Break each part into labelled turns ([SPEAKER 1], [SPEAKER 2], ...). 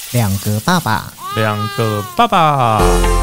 [SPEAKER 1] 两个爸爸，
[SPEAKER 2] 两个爸爸。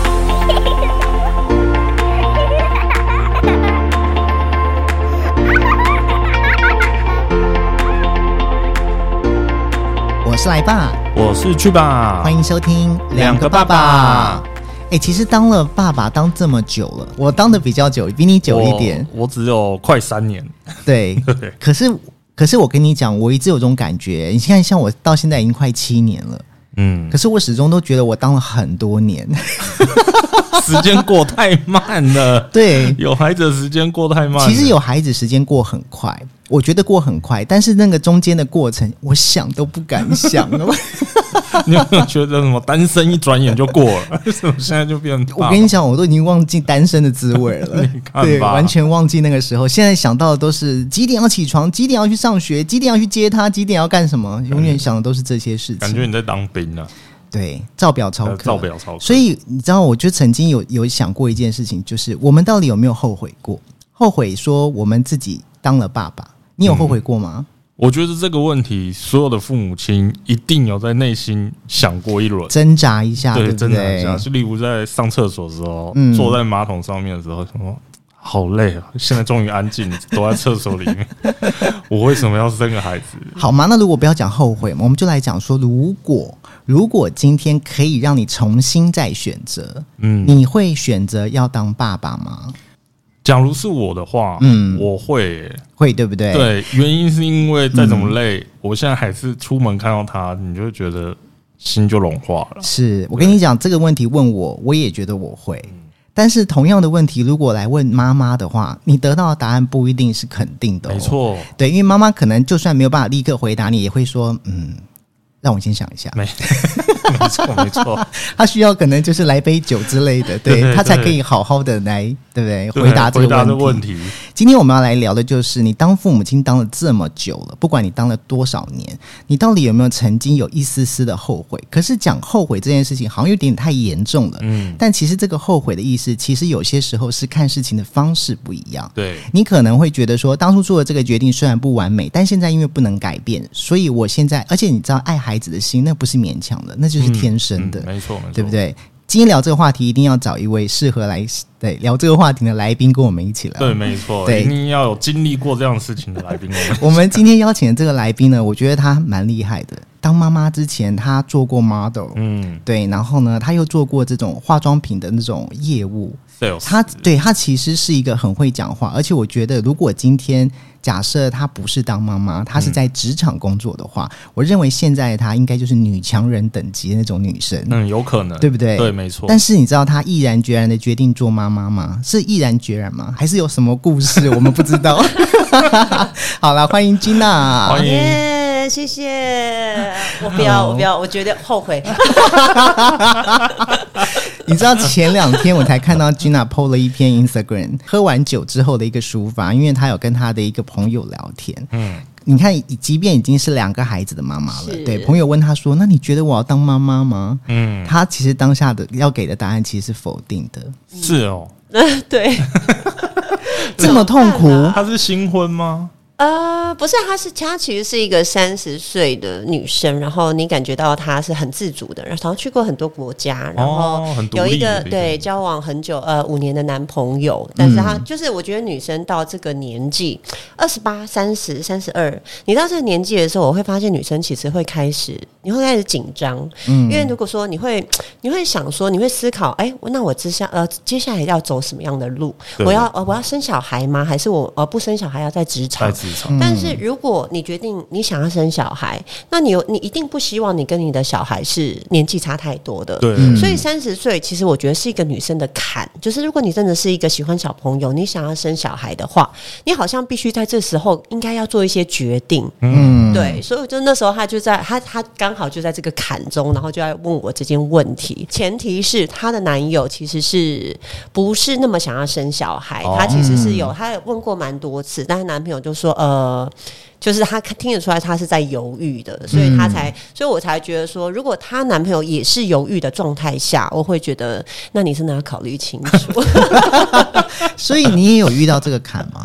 [SPEAKER 1] 我是来爸，
[SPEAKER 2] 我是去吧，
[SPEAKER 1] 欢迎收听
[SPEAKER 2] 两个爸爸。
[SPEAKER 1] 其实当了爸爸当这么久了，我当的比较久，比你久一点。
[SPEAKER 2] 我只有快3年。
[SPEAKER 1] 对，可是我跟你讲，我一直有种感觉，你看，像我到现在已经快7年了，可是我始终都觉得我当了很多年。
[SPEAKER 2] 时间过太慢了。
[SPEAKER 1] 对，
[SPEAKER 2] 有孩子的时间过太慢了。
[SPEAKER 1] 其实有孩子时间过很快，我觉得过很快，但是那个中间的过程，我想都不敢想了。
[SPEAKER 2] 你有没有觉得什么单身一转眼就过了？为什么现在就变爸爸？
[SPEAKER 1] 我跟你讲，我都已经忘记单身的滋味了。
[SPEAKER 2] 你看吧，
[SPEAKER 1] 对，完全忘记那个时候。现在想到的都是几点要起床，几点要去上学，几点要去接他，几点要干什么，永远想的都是这些事情。
[SPEAKER 2] 感觉你在当兵啊。
[SPEAKER 1] 对，照表操课，
[SPEAKER 2] 照表操课。
[SPEAKER 1] 所以你知道，我就曾经有想过一件事情，就是我们到底有没有后悔过？后悔说我们自己当了爸爸，你有后悔过吗？
[SPEAKER 2] 我觉得这个问题，所有的父母亲一定有在内心想过一轮，
[SPEAKER 1] 挣扎一下，对不对？
[SPEAKER 2] 挣扎一下。就例如在上厕所的时候，坐在马桶上面的时候，什么好累啊！现在终于安静，躲在厕所里面。我为什么要生个孩子？
[SPEAKER 1] 好吗？那如果不要讲后悔嘛，我们就来讲说，如果今天可以让你重新再选择，你会选择要当爸爸吗？
[SPEAKER 2] 假如是我的话，我会
[SPEAKER 1] 对不对？
[SPEAKER 2] 对，原因是因为再怎么累，我现在还是出门看到他，你就会觉得心就融化了。
[SPEAKER 1] 是我跟你讲这个问题问我也觉得我会。但是同样的问题，如果来问妈妈的话，你得到的答案不一定是肯定的。
[SPEAKER 2] 没错，
[SPEAKER 1] 对，因为妈妈可能就算没有办法立刻回答你，也会说，让我先想一下。
[SPEAKER 2] 没错，
[SPEAKER 1] 他需要可能就是来杯酒之类的，对，他才可以好好的来，对不对？回答这个问题。今天我们要来聊的就是你当父母亲当了这么久了，不管你当了多少年，你到底有没有曾经有一丝丝的后悔？可是讲后悔这件事情好像有点太严重了，但其实这个后悔的意思，其实有些时候是看事情的方式不一样。
[SPEAKER 2] 对，
[SPEAKER 1] 你可能会觉得说，当初做的这个决定虽然不完美，但现在因为不能改变，所以我现在，而且你知道，爱孩子的心那不是勉强的，那就是天生的，
[SPEAKER 2] 没错，
[SPEAKER 1] 对不对？今天聊这个话题，一定要找一位适合来聊这个话题的来宾跟我们一起聊。
[SPEAKER 2] 对，没错，一定要有经历过这样的事情的来宾。
[SPEAKER 1] 我们今天邀请的这个来宾呢，我觉得他蛮厉害的。当妈妈之前，他做过 model，对，然后呢，他又做过这种化妆品的那种业务。他其实是一个很会讲话，而且我觉得，如果今天假设他不是当妈妈，他是在职场工作的话，我认为现在他应该就是女强人等级的那种女生。有可能，对不对？
[SPEAKER 2] 对，没错。
[SPEAKER 1] 但是你知道他毅然决然的决定做妈妈吗？是毅然决然吗？还是有什么故事我们不知道？好啦，欢迎 Gina，
[SPEAKER 2] 欢迎。
[SPEAKER 3] 谢谢，我不要，我觉得后悔。
[SPEAKER 1] 你知道前2天我才看到 Gina po 了一篇 Instagram 喝完酒之后的一个抒发，因为她有跟她的一个朋友聊天。你看，即便已经是2个孩子的妈妈了，对，朋友问她说：“那你觉得我要当妈妈吗？”她其实当下的要给的答案其实是否定的。
[SPEAKER 2] 是哦，
[SPEAKER 3] 对，
[SPEAKER 1] 这么痛苦。
[SPEAKER 2] 她是新婚吗？
[SPEAKER 3] 不是，她其实是一个30岁的女生，然后你感觉到她是很自主的，然后去过很多国家，然后有一个对交往很久5年的男朋友，但是她就是我觉得女生到这个年纪28、30、32，你到这个年纪的时候，我会发现女生其实会开始紧张，因为如果说你会想说，你会思考，那我接下来要走什么样的路？我要生小孩吗？还是我不生小孩要在职场？但是如果你决定你想要生小孩，那你一定不希望你跟你的小孩是年纪差太多的。
[SPEAKER 2] 对，
[SPEAKER 3] 所以30岁其实我觉得是一个女生的坎，就是如果你真的是一个喜欢小朋友，你想要生小孩的话，你好像必须在这时候应该要做一些决定。对，所以就那时候他刚好就在这个坎中，然后就在问我这件问题。前提是她的男友其实是不是那么想要生小孩，他其实是他有问过蛮多次，但是男朋友就说就是他听得出来他是在犹豫的，所以我才觉得说，如果她男朋友也是犹豫的状态下，我会觉得那你真的要考虑清楚。
[SPEAKER 1] 所以你也有遇到这个坎吗？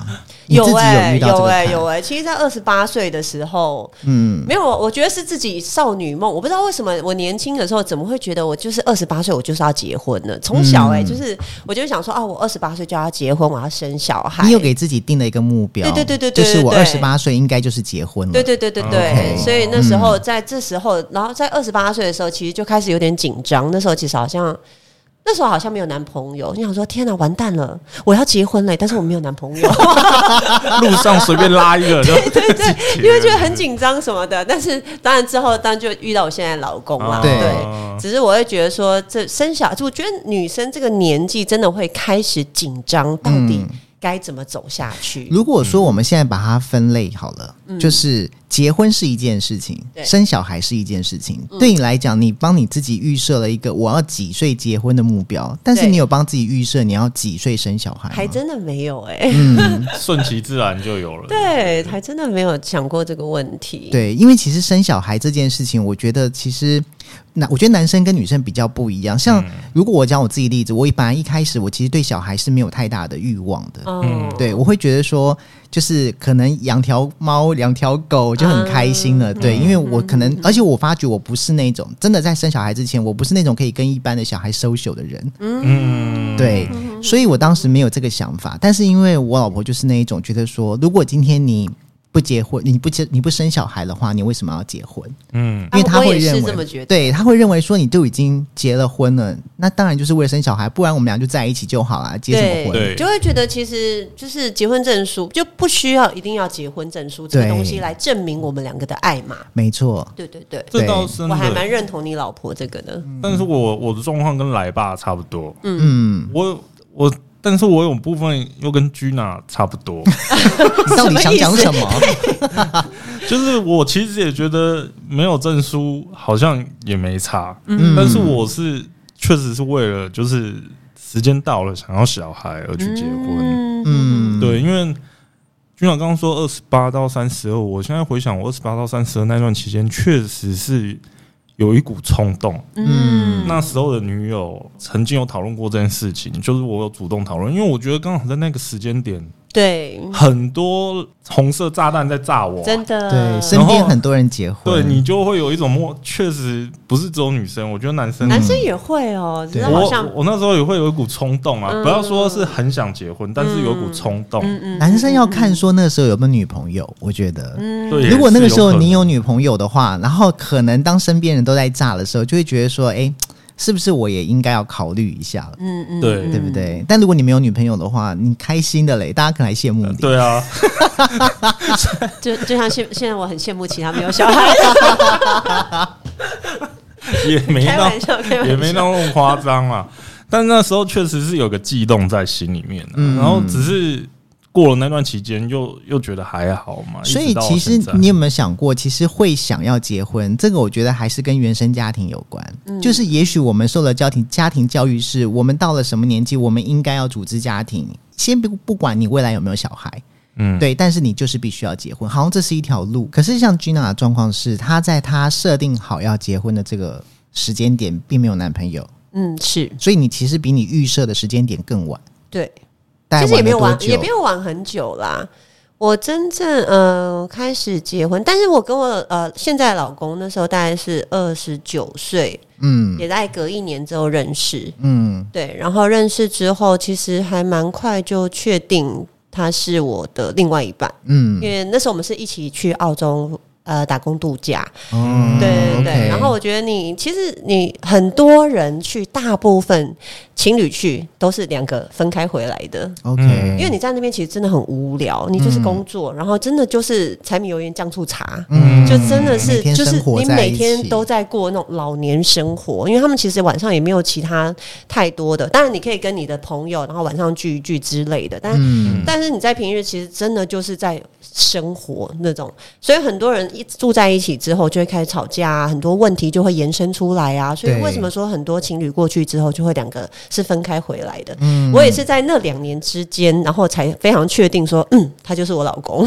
[SPEAKER 1] 你自己有遇到这个坎？
[SPEAKER 3] 有其实在28岁的时候，没有，我觉得是自己少女梦。我不知道为什么我年轻的时候怎么会觉得我就是28岁我就是要结婚了。从小就是我就想说我28岁就要结婚，我要生小孩。
[SPEAKER 1] 你有给自己定了一个目标，
[SPEAKER 3] 对，
[SPEAKER 1] 就是我28岁应该就是结婚了。
[SPEAKER 3] 对，所以那时候在这时候，然后在28岁的时候，其实就开始有点紧张。那时候其实那时候好像没有男朋友，你想说天哪，完蛋了，我要结婚了，但是我没有男朋友。
[SPEAKER 2] 路上随便拉一个，
[SPEAKER 3] 对，因为觉得很紧张什么的。但是当然之后就遇到我现在的老公啦。对，只是我会觉得说，这生小孩，我觉得女生这个年纪真的会开始紧张，到底该怎么走下去？
[SPEAKER 1] 如果说我们现在把它分类好了，就是结婚是一件事情，生小孩是一件事情。对你来讲，你帮你自己预设了一个我要几岁结婚的目标，但是你有帮自己预设你要几岁生小孩吗？
[SPEAKER 3] 还真的没有
[SPEAKER 2] 顺其自然就有了。
[SPEAKER 3] 对，还真的没有想过这个问题。
[SPEAKER 1] 对，因为其实生小孩这件事情，我觉得其实。我觉得男生跟女生比较不一样，像如果我讲我自己例子，我本来一开始我其实对小孩是没有太大的欲望的，对，我会觉得说就是可能养条猫养条狗就很开心了，对，因为我可能而且我发觉我不是那种真的在生小孩之前我不是那种可以跟一般的小孩 social 的人，对，所以我当时没有这个想法，但是因为我老婆就是那一种觉得说如果今天你不结婚，你不生小孩的话，你为什么要结婚？因为他会认为，对，他会认为说你都已经结了婚了，那当然就是为了生小孩，不然我们俩就在一起就好了，结什么婚？
[SPEAKER 3] 对，就会觉得其实就是结婚证书就不需要一定要结婚证书这个东西来证明我们两个的爱嘛。
[SPEAKER 1] 没错，
[SPEAKER 3] 对，
[SPEAKER 2] 这倒是
[SPEAKER 3] 我还蛮认同你老婆这个的。
[SPEAKER 2] 但是我的状况跟来爸差不多，但是我有部分又跟 Gina 差不多。
[SPEAKER 1] 你到底想讲什么？
[SPEAKER 2] 就是我其实也觉得没有证书好像也没差，但是我是确实是为了就是时间到了想要小孩而去结婚。对，因为 Gina 刚刚说28到32，我现在回想我28到32那段期间，确实是有一股冲动。那时候的女友曾经有讨论过这件事情，就是我有主动讨论，因为我觉得刚好在那个时间点，
[SPEAKER 3] 对，
[SPEAKER 2] 很多红色炸弹在炸我，
[SPEAKER 3] 真的，
[SPEAKER 1] 对，身边很多人结婚，
[SPEAKER 2] 对你就会有一种确实不是只有女生，我觉得男生
[SPEAKER 3] 也会哦。好像
[SPEAKER 2] 我那时候也会有一股冲动啊，不要说是很想结婚，但是有一股冲动。
[SPEAKER 1] 男生要看说那个时候有没有女朋友，我觉得，如果那个时候你有女朋友的话，然后可能当身边人都在炸的时候，就会觉得说，是不是我也应该要考虑一下了？对不对？但如果你没有女朋友的话，你开心的嘞，大家可能还羡慕你。
[SPEAKER 2] 对啊，
[SPEAKER 3] 就像现在我很羡慕其他没有小孩的，
[SPEAKER 2] 也没那么夸张啦。但那时候确实是有个悸动在心里面，然后只是。过了那段期间又觉得还好嘛，
[SPEAKER 1] 所以其实你有没有想过，其实会想要结婚，这个我觉得还是跟原生家庭有关。就是也许我们受了家庭教育是，我们到了什么年纪，我们应该要组织家庭，先不管你未来有没有小孩，对，但是你就是必须要结婚，好像这是一条路。可是像 Gina 的状况是，她在她设定好要结婚的这个时间点，并没有男朋友，
[SPEAKER 3] 是，
[SPEAKER 1] 所以你其实比你预设的时间点更晚，
[SPEAKER 3] 对。其实也没有晚很久啦。我真正开始结婚，但是我跟我现在的老公那时候大概是29岁，也在隔1年之后认识，对，然后认识之后，其实还蛮快就确定他是我的另外一半，因为那时候我们是一起去澳洲。打工度假，对，然后我觉得其实你很多人去，大部分情侣去都是2个分开回来的，OK，因为你在那边其实真的很无聊，你就是工作，然后真的就是柴米油盐酱醋茶，就真的是就是你每天都在过那种老年生活，因为他们其实晚上也没有其他太多的，当然你可以跟你的朋友，然后晚上聚一聚之类的，但是你在平日其实真的就是在生活那种，所以很多人一住在一起之后就会开始吵架啊，很多问题就会延伸出来啊，所以为什么说很多情侣过去之后就会2个是分开回来的？我也是在那2年之间，然后才非常确定说，他就是我老公。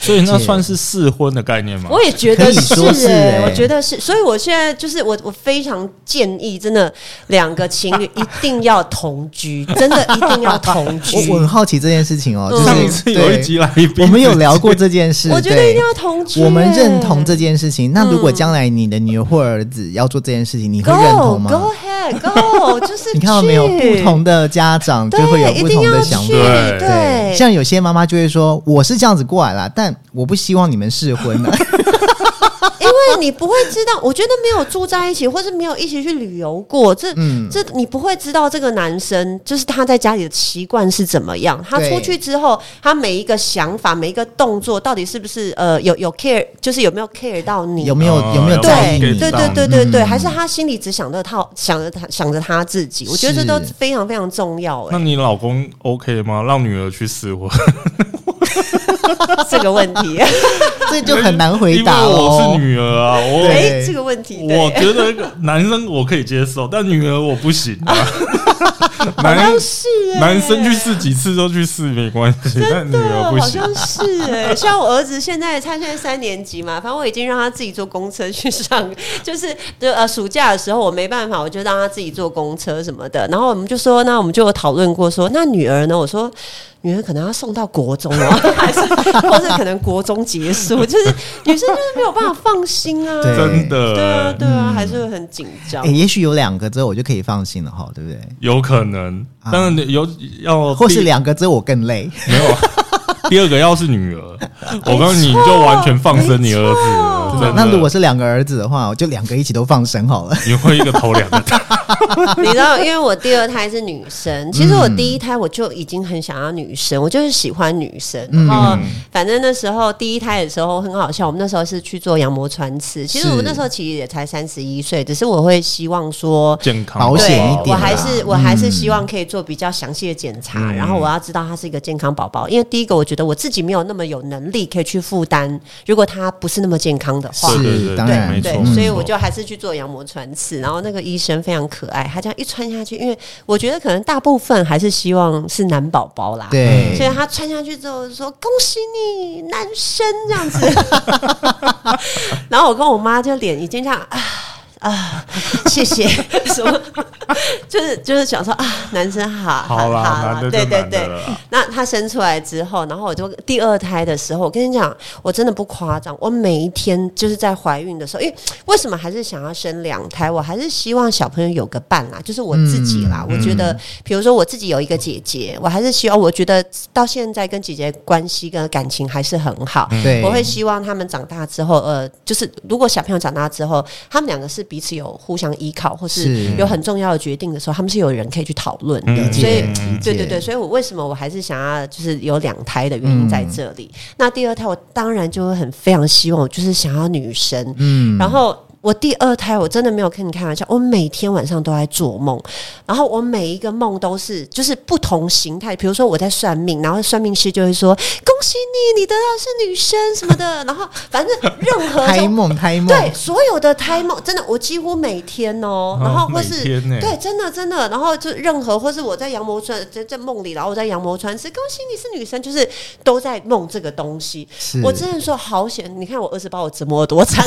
[SPEAKER 2] 所以那算是试婚的概念吗？
[SPEAKER 3] 我也觉得是我觉得是，所以我现在就是我非常建议，真的2个情侣一定要同居，真的一定要同居。
[SPEAKER 1] 我很好奇这件事情哦，
[SPEAKER 2] 上一次有一集来宾，
[SPEAKER 1] 我们有聊过这件事，
[SPEAKER 3] 我觉得一定要同居。
[SPEAKER 1] 我们认同这件事情。那如果将来你的女儿或儿子要做这件事情，你会认同吗
[SPEAKER 3] ？Go ahead, go， 就是
[SPEAKER 1] 你看到没有，不同的家长就会有不同的想法。
[SPEAKER 3] 对，
[SPEAKER 1] 像有些妈妈就会说，我是这样子过来啦，但我不希望你们试婚了。
[SPEAKER 3] 因为你不会知道，我觉得没有住在一起，或是没有一起去旅游过，这你不会知道这个男生就是他在家里的习惯是怎么样。他出去之后，他每一个想法、每一个动作，到底是不是有 care， 就是有没有 care 到你，
[SPEAKER 1] 有没有在意你？
[SPEAKER 3] 对，还是他心里只想着他自己？我觉得这都非常非常重要。
[SPEAKER 2] 那你老公 OK 吗？让女儿去试婚？
[SPEAKER 3] 这个问题，
[SPEAKER 1] 这就很难回答
[SPEAKER 2] 因为我是女儿啊，
[SPEAKER 3] 这个问题，
[SPEAKER 2] 我觉得男生我可以接受，但女儿我不行啊。
[SPEAKER 3] 好像是
[SPEAKER 2] 男生去试几次都去试没关系，但女儿不行。
[SPEAKER 3] 好像是像我儿子他现在3年级嘛，反正我已经让他自己坐公车去上，就是暑假的时候我没办法，我就让他自己坐公车什么的。然后我们就说，那我们就有讨论过说，那女儿呢？我说女儿可能要送到国中哦，或者可能国中结束，就是女生就是没有办法放心啊，
[SPEAKER 2] 真的，
[SPEAKER 3] 对啊，还是会很紧张。
[SPEAKER 1] 也许有2个之后我就可以放心了哈，对不对？
[SPEAKER 2] 有可能，当然要，
[SPEAKER 1] 或是2个之后我更累，
[SPEAKER 2] 没有。第2个要是女儿，我告诉你就完全放生你儿子了。
[SPEAKER 1] 那如果是2个儿子的话，我就2个一起都放生好了。
[SPEAKER 2] 你会一个头2个大。
[SPEAKER 3] 你知道，因为我第2胎是女生，其实我第1胎我就已经很想要女生，我就是喜欢女生。然后反正那时候第1胎的时候很好笑，我们那时候是去做羊膜穿刺。其实我那时候其实也才31岁，只是我会希望说
[SPEAKER 2] 健康
[SPEAKER 1] 保险一点，
[SPEAKER 3] 我还是希望可以做比较详细的检查，然后我要知道他是一个健康宝宝。因为第一个我觉得我自己没有那么有能力可以去负担，如果他不是那么健康的话，
[SPEAKER 1] 是当然
[SPEAKER 3] 对，所以我就还是去做羊膜穿刺。然后那个医生非常可爱，他这样一穿下去，因为我觉得可能大部分还是希望是男宝宝啦，
[SPEAKER 1] 对，
[SPEAKER 3] 所以他穿下去之后说恭喜你男生这样子。然后我跟我妈就脸已经这样谢谢，什么就是想说男生好啦，对，那他生出来之后，然后我就第2胎的时候，我跟你讲，我真的不夸张，我每一天就是在怀孕的时候，因为为什么还是想要生2胎？我还是希望小朋友有个伴啦，就是我自己啦。我觉得，比如说我自己有一个姐姐，我还是希望，我觉得到现在跟姐姐关系跟感情还是很好。我会希望他们长大之后，就是如果小朋友长大之后，他们2个是彼此有互相依靠，或是有很重要的决定的时候，他们是有人可以去讨论的。所以，对，所以我为什么我还是想要就是有2胎的原因在这里。那第2胎我当然就会非常希望，我就是想要女生。然后我第2胎我真的没有跟你开玩笑，我每天晚上都在做梦，然后我每一个梦都是就是不同形态。比如说我在算命，然后算命师就会说恭喜你得到是女生什么的，然后反正任何
[SPEAKER 1] 胎梦
[SPEAKER 3] 对所有的胎梦，真的我几乎每天然后或是对真的，然后就任何或是我在羊膜穿在梦里，然后我在羊膜穿是恭喜你是女生，就是都在梦这个东西。我真的说好险，你看我儿子把我折磨得多惨。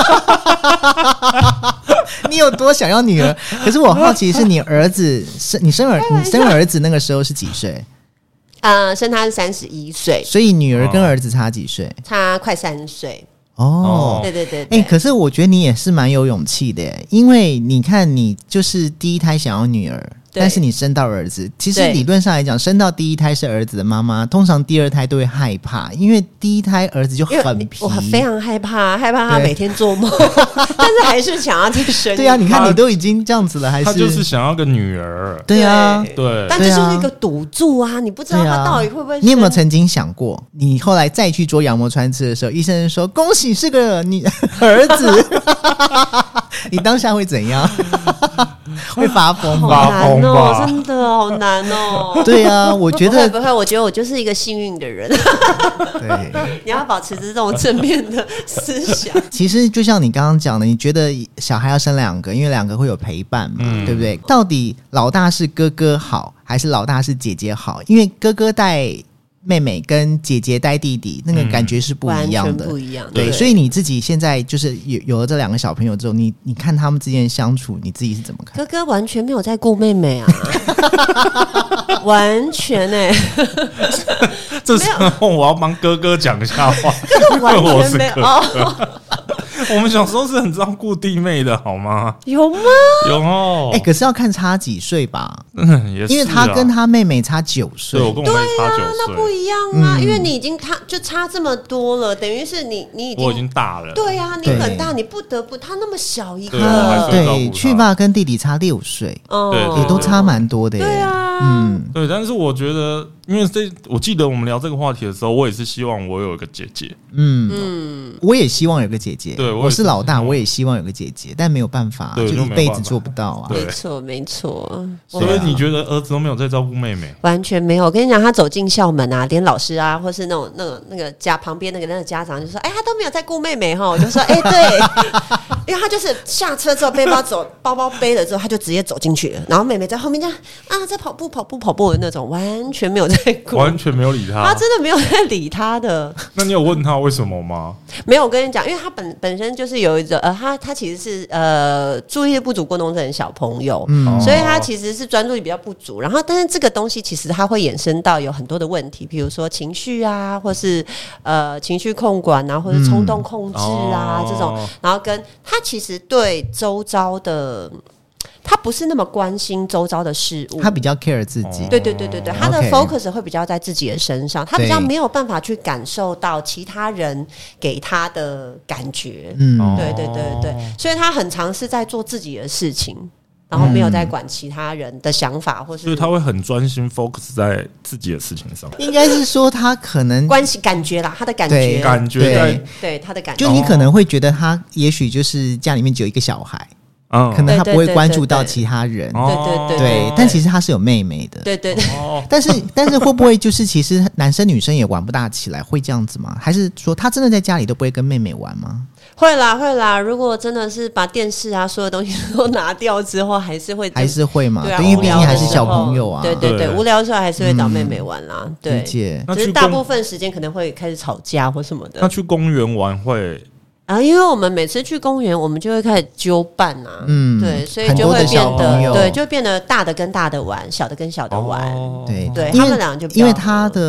[SPEAKER 1] 你有多想要女儿？可是我好奇是你儿子你生儿子那个时候是几岁？
[SPEAKER 3] 生他是31岁，
[SPEAKER 1] 所以女儿跟儿子差几岁？
[SPEAKER 3] 差快3岁。
[SPEAKER 1] 对，可是我觉得你也是蛮有勇气的耶，因为你看你就是第1胎想要女儿，但是你生到儿子，其实理论上来讲，生到第1胎是儿子的妈妈，通常第2胎都会害怕，因为第1胎儿子就很皮，
[SPEAKER 3] 我非常害怕他每天做梦，但是还是想要再生。
[SPEAKER 1] 对啊，你看你都已经这样子了，还是
[SPEAKER 2] 他就是想要个女儿。
[SPEAKER 1] 对啊，
[SPEAKER 2] 对，
[SPEAKER 3] 但这就是一个赌注啊，你不知道他到底会不会生。
[SPEAKER 1] 你有没有曾经想过，你后来再去做羊膜穿刺的时候，医生说恭喜是个儿子，你当下会怎样？会发疯吗？
[SPEAKER 3] 好难哦，真的好难哦。
[SPEAKER 1] 对啊，我觉得
[SPEAKER 3] 不会，我觉得我就是一个幸运的人。对，你要保持着这种正面的思想。
[SPEAKER 1] 其实就像你刚刚讲的，你觉得小孩要生2个，因为2个会有陪伴嘛，对不对？到底老大是哥哥好，还是老大是姐姐好？因为哥哥带妹妹跟姐姐带弟弟，那个感觉是不一样的，
[SPEAKER 3] 完全不一样。
[SPEAKER 1] 对，所以你自己现在就是有了这2个小朋友之后，你看他们之间的相处，你自己是怎么看？
[SPEAKER 3] 哥哥完全没有在顾妹妹啊，完全
[SPEAKER 2] 这时候我要帮哥哥讲一下话，
[SPEAKER 3] 哥哥完全没有。
[SPEAKER 2] 我们小时候是很照顾弟妹的，好吗？
[SPEAKER 3] 有吗？
[SPEAKER 2] 有哦。
[SPEAKER 1] 可是要看差几岁吧。
[SPEAKER 2] 也是，
[SPEAKER 1] 因为他跟他妹妹差9岁，
[SPEAKER 2] 对，我跟我妹差9岁，
[SPEAKER 3] 那不一样啊。因为你已经就差这么多了，等于是你已经
[SPEAKER 2] 我已经大了。
[SPEAKER 3] 对啊，你很大，你不得不他那么小一个，
[SPEAKER 1] 对，去爸跟弟弟差6岁，也都差蛮多的。
[SPEAKER 3] 对啊，
[SPEAKER 2] 对。但是我觉得，因为我记得我们聊这个话题的时候，我也是希望我有一个姐姐。
[SPEAKER 1] 我也希望有个姐姐。
[SPEAKER 2] 对，
[SPEAKER 1] 我是老大，我也希望有个姐姐，但没有办法，就一辈子做不到啊。
[SPEAKER 3] 没错，没错。
[SPEAKER 2] 所以你觉得儿子都没有在照顾妹妹？
[SPEAKER 3] 完全没有。我跟你讲，他走进校门啊，连老师啊，或是那个家旁边那个家长就说：“他都没有在顾妹妹哈。”我就说：“对，因为他就是下车之后包包背了之后，他就直接走进去了，然后妹妹在后面这样在跑步的那种，完全没有在顾，
[SPEAKER 2] 完全没有理他，
[SPEAKER 3] 他真的没有在理他的。
[SPEAKER 2] 那你有问他为什么吗？
[SPEAKER 3] 没有，我跟你讲，因为他本身就是有一个他其实是注意力不足过动症的小朋友，所以他其实是专注力比较不足。然后，但是这个东西其实它会衍生到有很多的问题，比如说情绪啊，或是情绪控管啊，或是冲动控制啊这种。然后跟他其实对周遭的。他不是那么关心周遭的事物，
[SPEAKER 1] 他比较 care 自己。
[SPEAKER 3] 对，他的 focus 会比较在自己的身上，他比较没有办法去感受到其他人给他的感觉。对，所以他很常是在做自己的事情，然后没有在管其他人的想法，或是
[SPEAKER 2] 所以他会很专心 focus 在自己的事情上。
[SPEAKER 1] 应该是说他可能
[SPEAKER 3] 关系感觉啦，他的感觉对他的感觉，
[SPEAKER 1] 就你可能会觉得他也许就是家里面只有一个小孩。可能他不会关注到其他人，对，但其实他是有妹妹的，
[SPEAKER 3] 对，
[SPEAKER 1] 但是会不会就是其实男生女生也玩不大起来，会这样子吗？还是说他真的在家里都不会跟妹妹玩吗？
[SPEAKER 3] 会啦，如果真的是把电视啊所有东西都拿掉之后，还是会嘛，
[SPEAKER 1] 对，因为毕竟还是小朋友啊，
[SPEAKER 3] 对，无聊的时候还是会找妹妹玩啦，对，只是大部分时间可能会开始吵架或什么的。
[SPEAKER 2] 那去公园玩会？
[SPEAKER 3] 因为我们每次去公园，我们就会开始揪伴啊，对，所以就会变得对，就变得大的跟大的玩，小的跟小的玩，对，他们俩就
[SPEAKER 1] 因为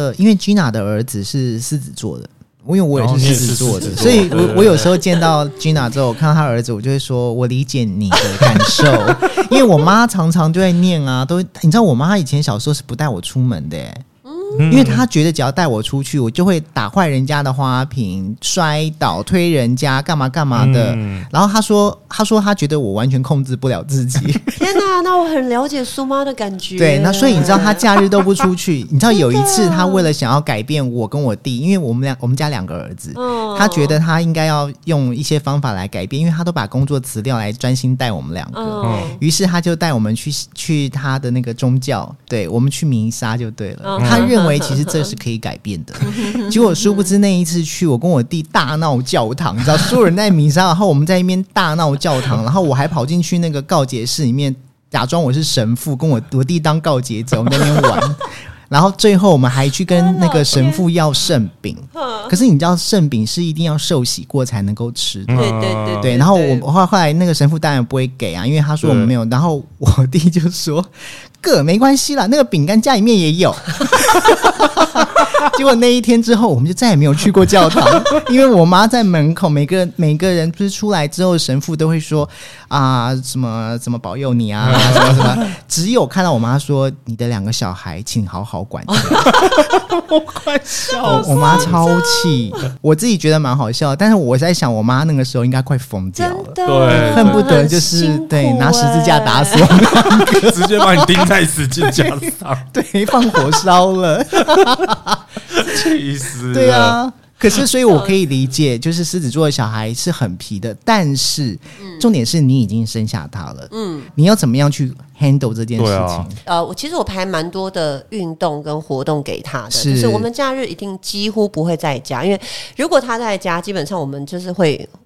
[SPEAKER 1] Gina 的儿子是狮子座的，因为我也是狮子座的，所以我有时候见到 Gina 之后，我看到他儿子，我就会说我理解你的感受，因为我妈常常就在念啊，你知道我妈以前小时候是不带我出门的因为他觉得只要带我出去，我就会打坏人家的花瓶、摔倒、推人家、干嘛干嘛的。然后他说他觉得我完全控制不了自己。
[SPEAKER 3] 天哪，那我很了解苏妈的感觉。
[SPEAKER 1] 对，那所以你知道他假日都不出去。你知道有一次他为了想要改变我跟我弟，因为我们家2个儿子，他觉得他应该要用一些方法来改变，因为他都把工作辞掉来专心带我们2个。于是他就带我们去他的那个宗教，对，我们去弥撒就对了。他认为其实这是可以改变的，结果殊不知那一次去，我跟我弟大闹教堂，你知道，所有人在弥撒，然后我们在一边大闹教堂，然后我还跑进去那个告解室里面，假装我是神父，跟我弟当告解者，我们在那边玩。然后最后我们还去跟那个神父要圣饼，可是你知道圣饼是一定要受洗过才能够吃的，对。然后我后来那个神父当然不会给啊，因为他说我们没有。然后我弟就说：“哥，没关系啦，那个饼干家里面也有。”结果那一天之后，我们就再也没有去过教堂，因为我妈在门口，每个人不是出来之后，神父都会说什么怎么保佑你啊，什么，只有看到我妈说你的2个小孩，请好好管教。
[SPEAKER 2] 我快笑死！
[SPEAKER 1] 我妈超气，我自己觉得蛮好笑，但是我在想，我妈那个时候应该快疯掉了，
[SPEAKER 2] 对，
[SPEAKER 1] 恨不得就是对拿十字架打死我们，
[SPEAKER 2] 直接把你钉在十字架上，
[SPEAKER 1] 对，放火烧了。
[SPEAKER 2] 气死了！
[SPEAKER 1] 对啊，可是所以我可以理解，就是狮子座的小孩是很皮的，但是重点是你已经生下他了，你要怎么样去 handle 这件事情？
[SPEAKER 3] 其实我排蛮多的运动跟活动给他的，就是我们假日一定几乎不会在家，因为如果他在家，基本上我们就是会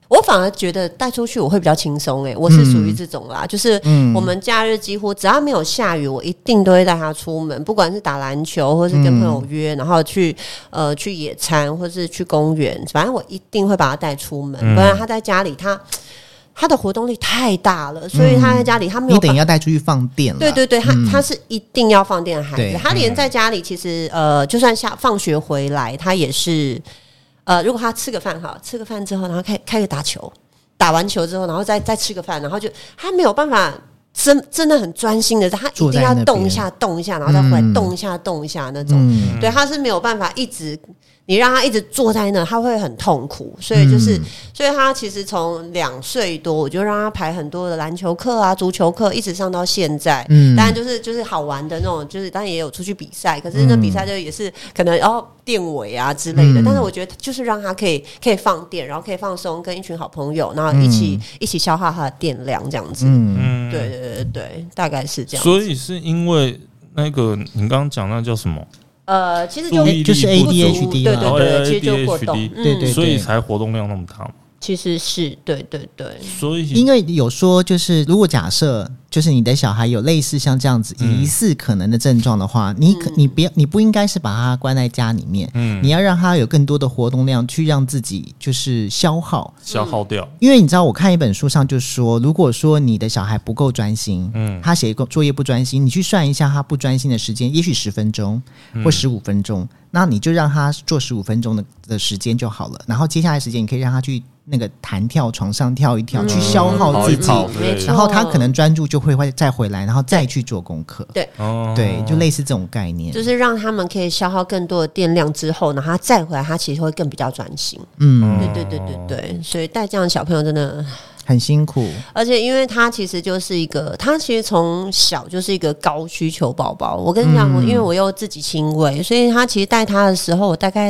[SPEAKER 3] 我反而觉得带出去我会比较轻松我是属于这种啦，就是我们假日几乎只要没有下雨，我一定都会带他出门，不管是打篮球，或是跟朋友约，然后去野餐，或是去公园，反正我一定会把他带出门，不然他在家里他的活动力太大了，所以他在家里他没有。
[SPEAKER 1] 你等于要带出去放电了。
[SPEAKER 3] 对对对，他是一定要放电的孩子，他连在家里其实就算放学回来，他也是。如果他吃个饭之后，然后开始打球，打完球之后，然后再吃个饭，然后就他没有办法真的很专心的，他一定要动一下，然后再回来动一下那种。对，他是没有办法一直。你让他一直坐在那，他会很痛苦，所以他其实从2岁多，我就让他排很多的篮球课啊、足球课，一直上到现在。当然就是好玩的那种，就是当然也有出去比赛，可是那比赛就也是可能电尾啊之类的。但是我觉得就是让他可以放电，然后可以放松，跟一群好朋友，然后一起消耗他的电量这样子。对，大概是这样。
[SPEAKER 2] 所以是因为那个你刚刚讲那叫什么？
[SPEAKER 3] 其实
[SPEAKER 1] 就是 ADHD，
[SPEAKER 3] 对，其实就过动，
[SPEAKER 1] 对，
[SPEAKER 2] 所以才活动量那么大嘛。
[SPEAKER 3] 其实是对，
[SPEAKER 2] 所以
[SPEAKER 1] 因为有说就是如果假设就是你的小孩有类似像这样子疑似可能的症状的话，你不应该是把他关在家里面，你要让他有更多的活动量去让自己就是消耗
[SPEAKER 2] 掉。
[SPEAKER 1] 因为你知道我看一本书上就说，如果说你的小孩不够专心，他写作业不专心，你去算一下他不专心的时间，也许10分钟或15分钟，那你就让他做15分钟的时间就好了，然后接下来时间你可以让他去那个弹跳床上跳一跳，去消耗自己，然后他可能专注就会再回来，然后再去做功课。对，就类似这种概念，
[SPEAKER 3] 就是让他们可以消耗更多的电量之后，然后他再回来，他其实会更比较专心。对，所以带这样的小朋友真的
[SPEAKER 1] 很辛苦，
[SPEAKER 3] 而且因为他其实就是他其实从小就是一个高需求宝宝。我跟你讲，因为我又自己亲喂，所以他其实带他的时候，我大概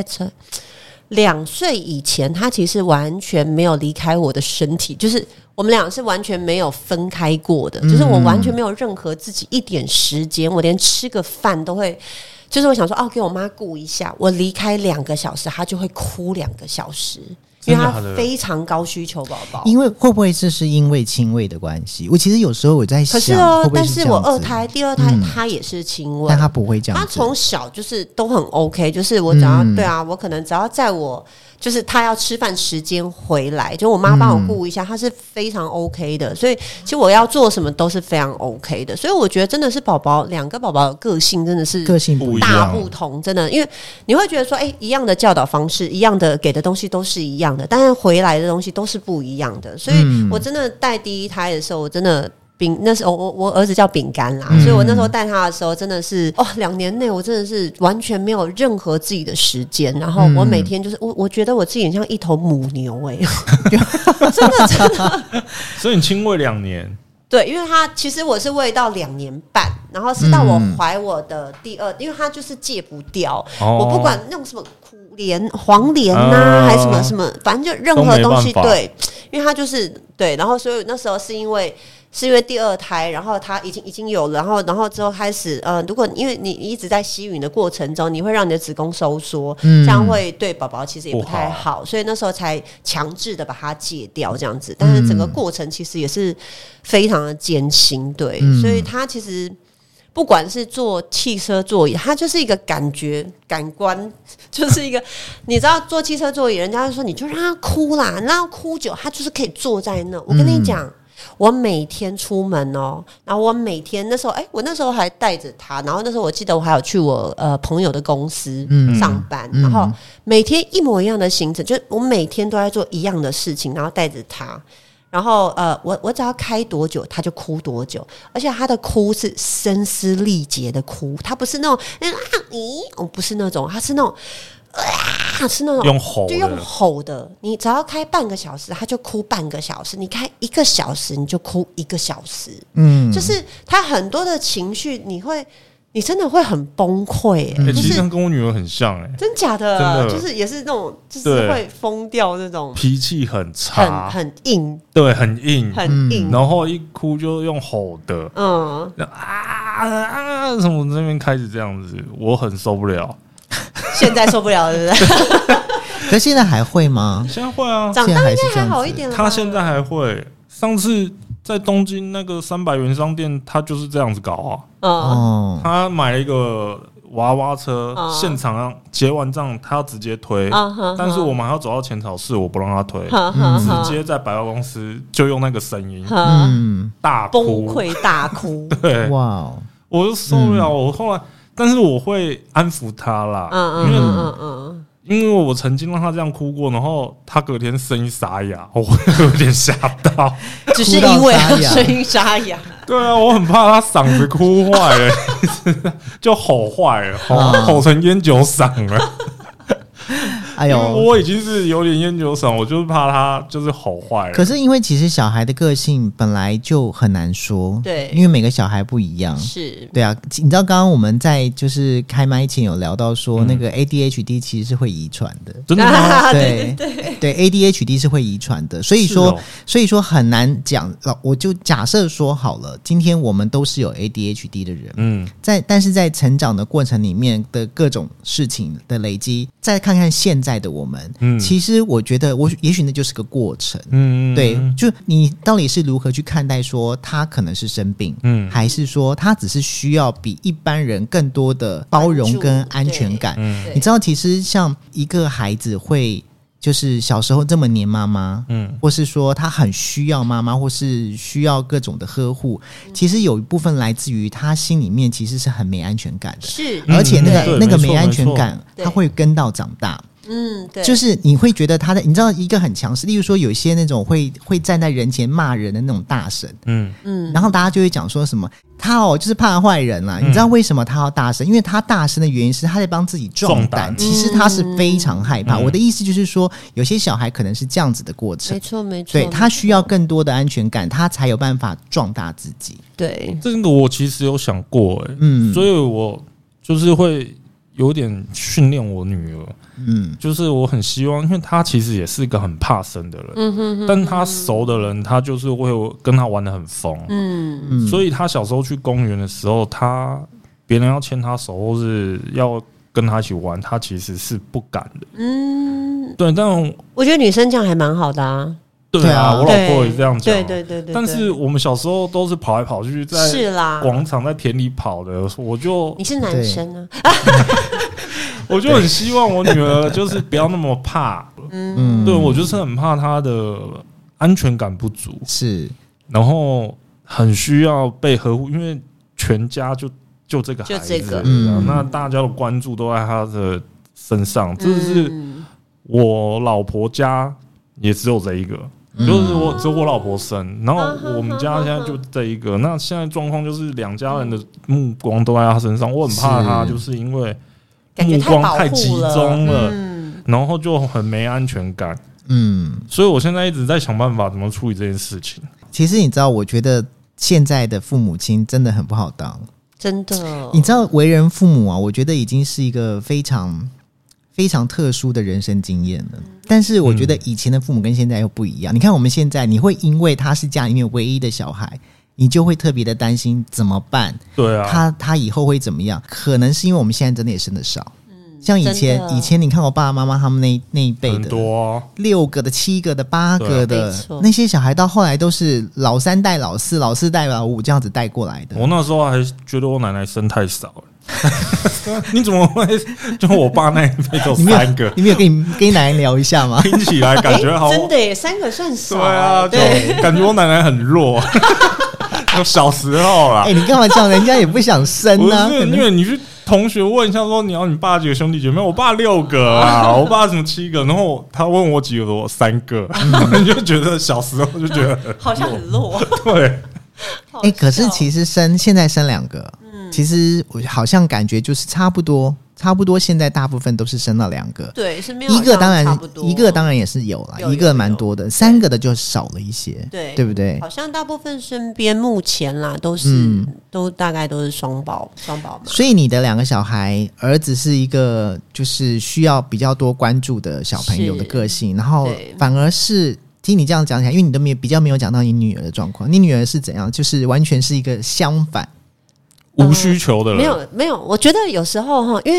[SPEAKER 3] 2岁以前，他其实完全没有离开我的身体，就是我们俩是完全没有分开过的，就是我完全没有任何自己一点时间，我连吃个饭都会，就是我想说给我妈顾一下，我离开2个小时，他就会哭2个小时。因为他非常高需求宝宝，
[SPEAKER 1] 因为会不会这是因为亲喂的关系？我其实有时候我在想，可是
[SPEAKER 3] 但是我第二胎他也是亲喂，
[SPEAKER 1] 但他不会这样子，
[SPEAKER 3] 他从小就是都很 OK， 就是我只要我可能只要在我就是他要吃饭时间回来，就我妈帮我顾一下，他是非常 OK 的，所以其实我要做什么都是非常 OK 的，所以我觉得真的是2个宝宝的个性真的是
[SPEAKER 1] 个性不一样，
[SPEAKER 3] 大不同，真的，因为你会觉得说，一样的教导方式，一样的给的东西都是一样的，但是回来的东西都是不一样的，所以我真的带第一胎的时候，我真的。那时候我儿子叫饼干啦，所以我那时候带他的时候真的是2年内我真的是完全没有任何自己的时间，然后我每天就是我觉得我自己很像一头母牛真的。
[SPEAKER 2] 所以你亲喂2年？
[SPEAKER 3] 对，因为他其实我是喂到2年半，然后是到我怀我的第2，因为他就是戒不掉，我不管那种什么苦莲、黄连啊，还是什么，反正就任何东西，对，因为他就是对，然后所以那时候是因为第2胎，然后他已经有了，然后之后开始如果因为你一直在吸吮的过程中，你会让你的子宫收缩，这样会对宝宝其实也不太好，所以那时候才强制的把它戒掉这样子。但是整个过程其实也是非常的艰辛，对，所以他其实不管是坐汽车座椅，它就是一个感官，就是一个你知道坐汽车座椅，人家就说你就让他哭啦，让他哭久，他就是可以坐在那。我跟你讲。我每天出门然后我每天那时候我那时候还带着他，然后那时候我记得我还有去我朋友的公司上班，然后每天一模一样的行程，就我每天都在做一样的事情，然后带着他，然后我只要开多久他就哭多久，而且他的哭是声嘶力竭的哭，他不是那种不是那种，他是那种。是那种
[SPEAKER 2] 用吼的，
[SPEAKER 3] 就用吼的。你只要开半个小时，他就哭半个小时；你开1个小时，你就哭1个小时。就是他很多的情绪，你真的会很崩溃。
[SPEAKER 2] 其实跟我女儿很像
[SPEAKER 3] 真假的？真的就是也是那种，就是会疯掉那种，
[SPEAKER 2] 脾气很差，
[SPEAKER 3] 很硬，
[SPEAKER 2] 对，很硬，然后一哭就用吼的，什么这边开始这样子，我很受不了。
[SPEAKER 3] 现在受不了，对不对？
[SPEAKER 1] 可现在还会吗？
[SPEAKER 2] 现在会啊，
[SPEAKER 3] 长大应该还好一点了。
[SPEAKER 2] 他现在还会，上次在东京那个300元商店，他就是这样子搞啊。哦，他买了一个娃娃车，现场结完账他要直接推，但是我们还要走到浅草寺，我不让他推，直接在百货公司就用那个声音，大哭，
[SPEAKER 3] 崩溃大哭。
[SPEAKER 2] 对，哇，我就受不了。我后来，但是我会安抚他啦，因为我曾经让他这样哭过，然后他隔天声音沙哑，我会有点吓到，
[SPEAKER 3] 只是因为他声音沙哑。
[SPEAKER 2] 对啊，我很怕他嗓子哭坏了，就吼坏了，吼成烟酒嗓了。哎呦，我已经是有点烟酒嗓，我就是怕他就是吼坏了。
[SPEAKER 1] 可是因为其实小孩的个性本来就很难说，
[SPEAKER 3] 对，
[SPEAKER 1] 因为每个小孩不一样，
[SPEAKER 3] 是
[SPEAKER 1] 对啊。你知道刚刚我们在就是开麦前有聊到说，那个 ADHD 其实是会遗传的，
[SPEAKER 2] 真的吗？
[SPEAKER 1] 对对 ，ADHD 是会遗传的，所以说很难讲。我就假设说好了，今天我们都是有 ADHD 的人，但是在成长的过程里面的各种事情的累积，再看看现在的我们，其实我觉得也许那就是个过程，对，就你到底是如何去看待说他可能是生病，还是说他只是需要比一般人更多的包容跟安全感？你知道，其实像一个孩子会。就是小时候这么黏妈妈，或是说他很需要妈妈，或是需要各种的呵护，其实有一部分来自于他心里面其实是很没安全感的，
[SPEAKER 3] 是，
[SPEAKER 1] 而且那个没安全感，他会跟到长大。对，就是你会觉得他的，你知道一个很强势，例如说有一些那种会站在人前骂人的那种大神，然后大家就会讲说什么他就是怕坏人啦，你知道为什么他要大声？因为他大声的原因是他在帮自己壮胆，其实他是非常害怕。我的意思就是说，有些小孩可能是这样子的过程，
[SPEAKER 3] 没错没错，
[SPEAKER 1] 对，他需要更多的安全感，他才有办法壮大自己。
[SPEAKER 3] 对，
[SPEAKER 2] 这个我其实有想过，所以我就是会有点训练我女儿。就是我很希望，因为她其实也是一个很怕生的人，但她熟的人，她就是会跟她玩得很疯，所以她小时候去公园的时候，别人要牵她手或是要跟她一起玩，她其实是不敢的。对，但
[SPEAKER 3] 我觉得女生这样还蛮好的啊。
[SPEAKER 2] 对啊，我老婆也这样讲。
[SPEAKER 3] 对。
[SPEAKER 2] 但是我们小时候都是跑来跑去，在广场、在田里跑的，你
[SPEAKER 3] 是男生呢？
[SPEAKER 2] 我就很希望我女儿就是不要那么怕，对，我就是很怕她的安全感不足，
[SPEAKER 1] 是，
[SPEAKER 2] 然后很需要被呵护，因为全家就这个孩子，那大家的关注都在她的身上，这是我老婆家也只有这一个。就是只有我老婆生，然后我们家现在就这一个。那现在状况就是两家人的目光都在他身上，我很怕他就是因为目光太集中了，然后就很没安全感。所以我现在一直在想办法怎么处理这件事情。
[SPEAKER 1] 其实你知道，我觉得现在的父母亲真的很不好当，
[SPEAKER 3] 真的。
[SPEAKER 1] 你知道，为人父母啊，我觉得已经是一个非常非常特殊的人生经验了。但是我觉得以前的父母跟现在又不一样。你看我们现在，你会因为他是家里面唯一的小孩，你就会特别的担心怎么办？
[SPEAKER 2] 对啊，
[SPEAKER 1] 他以后会怎么样？可能是因为我们现在真的也生的少。像以前你看我爸爸妈妈他们那一辈的，很
[SPEAKER 2] 多
[SPEAKER 1] 6个的、7个的、8个的，那些小孩到后来都是老3代、老4、老4代、老5这样子带过来的。
[SPEAKER 2] 我那时候还觉得我奶奶生太少了。你怎么会就我爸那一辈都3个？
[SPEAKER 1] 你没有跟你奶奶聊一下吗？
[SPEAKER 2] 听起来感觉好，
[SPEAKER 3] 真的耶，3个算少。
[SPEAKER 2] 对啊，就感觉我奶奶很弱。小时候啦，
[SPEAKER 1] 你干嘛这样？人家也不想生啊。
[SPEAKER 2] 不是，因为你去同学问一下说你爸几个兄弟姐妹？我爸6个啊，我爸什么7个，然后他问我几个，我3个，你就觉得小时候就觉得
[SPEAKER 3] 好像很弱。
[SPEAKER 2] 对，
[SPEAKER 1] 可是其实现在生2个。其实我好像感觉就是差不多，现在大部分都是生到2个，
[SPEAKER 3] 对，是没有
[SPEAKER 1] 一个当然也是有啦，一个蛮多的，3个的就少了一些，对不对？
[SPEAKER 3] 好像大部分身边目前啦都大概都是双宝嘛。
[SPEAKER 1] 所以你的2个小孩，儿子是一个就是需要比较多关注的小朋友的个性，然后反而是。听你这样讲起来，因为你都比较没有讲到你女儿的状况，你女儿是怎样？就是完全是一个相反。
[SPEAKER 2] 无需求的人，
[SPEAKER 3] 没有，我觉得有时候因为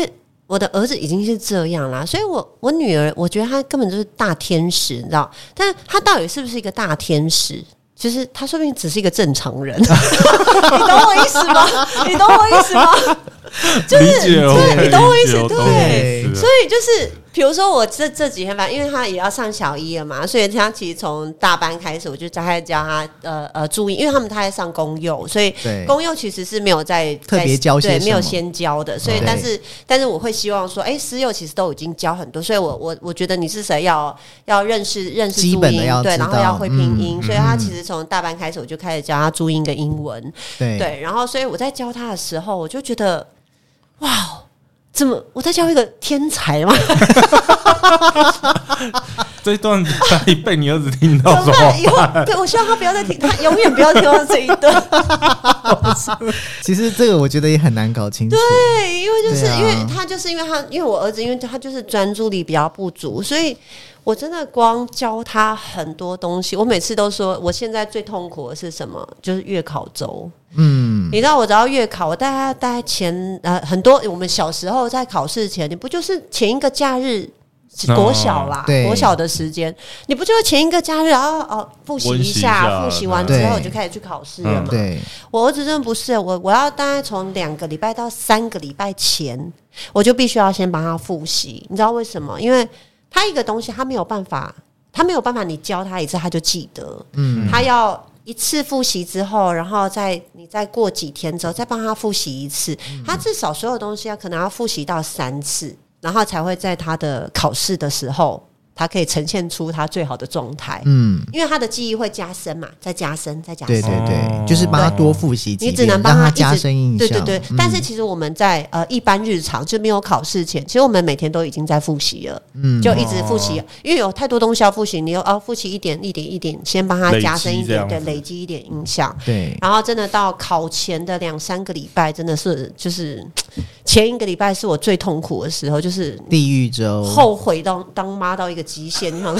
[SPEAKER 3] 我的儿子已经是这样啦，所以我女儿，我觉得她根本就是大天使，你知道？但她到底是不是一个大天使？其实她说不定只是一个正常人，你懂我意思吗？你懂我意思吗？就是对，你懂我意思？对，所以就是。比如说我这几天吧，因为他也要上小一了嘛，所以他其实从大班开始，我就开始教他注意，因为他在上公幼，所以公幼其实是没有在
[SPEAKER 1] 特别教些什么，
[SPEAKER 3] 对，没有先教的，所以但是我会希望说，私幼其实都已经教很多，所以我觉得你至少要认识
[SPEAKER 1] 基本的要
[SPEAKER 3] 对，然后要会拼音，所以他其实从大班开始我就开始教他注音跟英文，对，然后所以我在教他的时候，我就觉得哇。怎么？我在教一个天才吗？
[SPEAKER 2] 这一段被你儿子听到怎么办？
[SPEAKER 3] 以后对我希望他不要再听，他永远不要听到这一段。
[SPEAKER 1] 其实这个我觉得也很难搞清楚。
[SPEAKER 3] 对，因为因为我儿子，因为他就是专注力比较不足，所以我真的光教他很多东西。我每次都说，我现在最痛苦的是什么？就是月考周。你知道我只要月考，我大概前很多我们小时候在考试前，你不就是前一个假日国小啦，国小的时间，你不就是前一个假日然后复习一下，复习完之后就开始去考试了嘛？对，我儿子真的不是，我要大概从2个礼拜到3个礼拜前，我就必须要先帮他复习。你知道为什么？因为他一个东西他没有办法，你教他一次他就记得，他要。一次复习之后，然后你再过几天之后再帮他复习一次，他至少所有东西可能要复习到3次，然后才会在他的考试的时候他可以呈现出他最好的状态。因为他的记忆会加深嘛，再加深。对，
[SPEAKER 1] 就是帮他多复习几遍，
[SPEAKER 3] 你只能帮他
[SPEAKER 1] 加深印象。
[SPEAKER 3] 对，但是其实我们在一般日常就没有考试前，其实我们每天都已经在复习了，就一直复习，因为有太多东西要复习，你又复习一点，先帮他加深一点，对，累积一点印象。对，然后真的到考前的2-3个礼拜，真的是就是前1个礼拜是我最痛苦的时候，就是
[SPEAKER 1] 地狱周，
[SPEAKER 3] 后悔当妈到一个极限，你看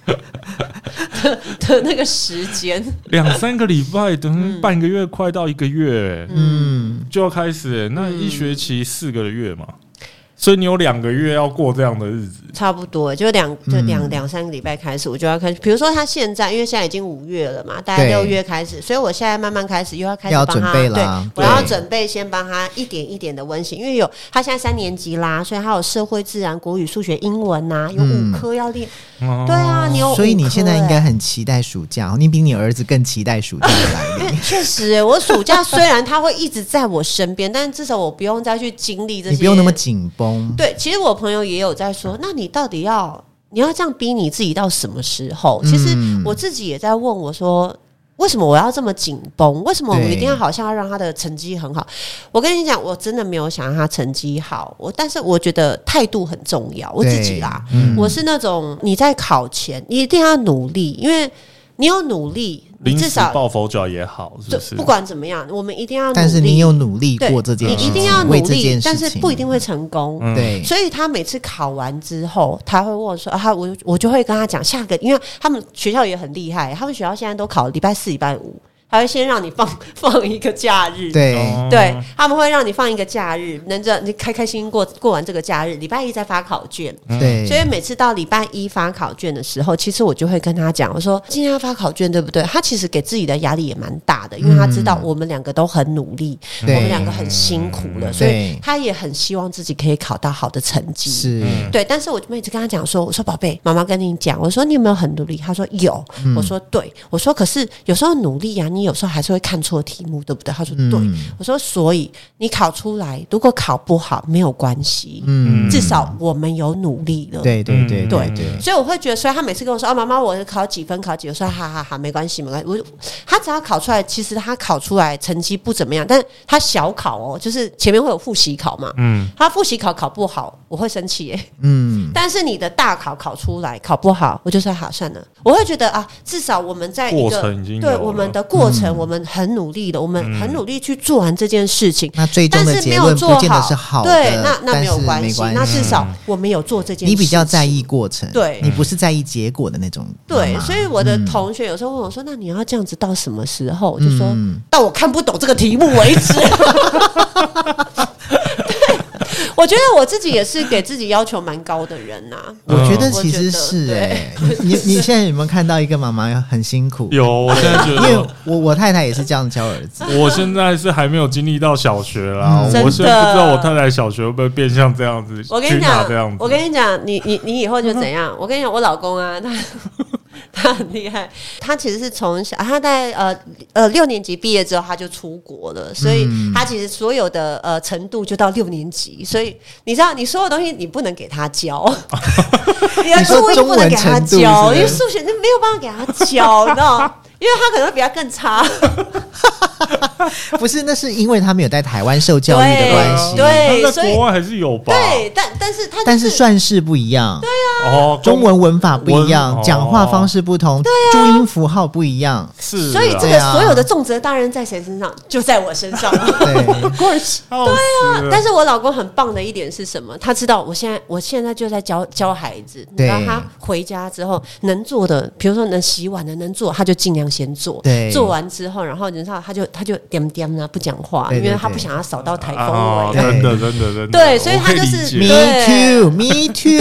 [SPEAKER 3] 的那个时间
[SPEAKER 2] ，2-3个礼拜等于半个月，快到1个月，就要开始，那1学期4个月嘛。所以你有2个月要过这样的日子，
[SPEAKER 3] 差不多就2-3个礼拜开始，我就要开始。比如说他现在，因为现在已经5月了嘛，大概6月开始，所以我现在慢慢开始又要开始帮他，对，我要准备先帮他一点一点的温习，因为他现在3年级啦，所以他有社会、自然、国语、数学、英文呐，有5科要练。对啊，你有5科，
[SPEAKER 1] 所以你现在应该很期待暑假，你比你儿子更期待暑假的来临。
[SPEAKER 3] 确实，我暑假虽然他会一直在我身边，但至少我不用再去经历这些，
[SPEAKER 1] 你不用那么紧绷。
[SPEAKER 3] 对，其实我朋友也有在说，那你到底你要这样逼你自己到什么时候？其实我自己也在问我说，为什么我要这么紧绷？为什么我一定要好像要让他的成绩很好？我跟你讲，我真的没有想让他成绩好，但是我觉得态度很重要。我自己啦，我是那种你在考前你一定要努力，因为你有努力。
[SPEAKER 2] 你至少抱佛脚也好，是不是？
[SPEAKER 3] 不管怎么样，我们一定要努力。
[SPEAKER 1] 但是你有努力过这件事情，
[SPEAKER 3] 你一定要努力，但是不一定会成功。
[SPEAKER 1] 对，
[SPEAKER 3] 所以他每次考完之后，他会问我说：“我就会跟他讲下个，因为他们学校也很厉害，他们学校现在都考礼拜4、礼拜5。”还会先让你放一个假日，对，他们会让你放一个假日，能着你开心过完这个假日，礼拜1再发考卷。对，所以每次到礼拜1发考卷的时候，其实我就会跟他讲，我说今天要发考卷，对不对？他其实给自己的压力也蛮大的，因为他知道我们2个都很努力，我们2个很辛苦了，所以他也很希望自己可以考到好的成绩。是，对。但是我就一直跟他讲说，我说宝贝，妈妈跟你讲，我说你有没有很努力？他说有，我说对，我说可是有时候努力啊，你有时候还是会看错题目，对不对？他说对，我说所以你考出来，如果考不好没有关系，至少我们有努力了。
[SPEAKER 1] 对，
[SPEAKER 3] 所以我会觉得，所以他每次跟我说妈妈我考几分考几，我说哈没关系。他只要考出来，其实他考出来成绩不怎么样，但是他小考就是前面会有复习考嘛，他复习考不好我会生气但是你的大考出来考不好，我就说好算了。我会觉得至少我们在一个对我们的过程，我们很努力的，我们很努力去做完这件事情。
[SPEAKER 1] 那最终的结论不见得是好的，
[SPEAKER 3] 对，那没有关系。那至少我们有做这件事情。
[SPEAKER 1] 你比较在意过程，
[SPEAKER 3] 对，
[SPEAKER 1] 你不是在意结果的那种。
[SPEAKER 3] 对，所以我的同学有时候问我说：“那你要这样子到什么时候？”我就说：“到我看不懂这个题目为止。”对， 我觉得我自己也是给自己要求蛮高的人呐、
[SPEAKER 1] 我觉得其实是你现在有没有看到一个妈妈很辛苦？
[SPEAKER 2] 有，我现在觉得，
[SPEAKER 1] 因为我太太也是这样教儿子。
[SPEAKER 2] 我现在是还没有经历到小学啦，我现在不知道我太太小学会不会变像这样子。
[SPEAKER 3] 我跟你讲，你以后就怎样？我跟你讲，我老公啊，他很厉害，他其实是从小，他在6年级毕业之后他就出国了，所以他其实所有的程度就到6年级，所以你知道，你所有东西你不能给他教，你的注意不能给他教，因为数学你没有办法给他教，你知道吗？因为他可能比他更差。
[SPEAKER 1] 不是，那是因为他没有在台湾受教育的关系。
[SPEAKER 3] 对，
[SPEAKER 2] 他在国外还是有吧。
[SPEAKER 3] 对，但
[SPEAKER 1] 是算式不一样。
[SPEAKER 3] 对啊，
[SPEAKER 1] 中文文法不一样，讲话方式不同，注音符号不一样。
[SPEAKER 2] 是，
[SPEAKER 3] 所以这个所有的重责大任在谁身上？就在我身上。
[SPEAKER 1] 对
[SPEAKER 3] ，of course。对啊，但是我老公很棒的一点是什么？他知道我现在就在教孩子，然后他回家之后能做的，比如说能洗碗的能做，他就尽量先做。
[SPEAKER 1] 对，
[SPEAKER 3] 做完之后，然后你知道他就点点啊不讲话，因为他不想要扫到台风尾。
[SPEAKER 2] 真的，
[SPEAKER 3] 对，所以他就是
[SPEAKER 1] me too。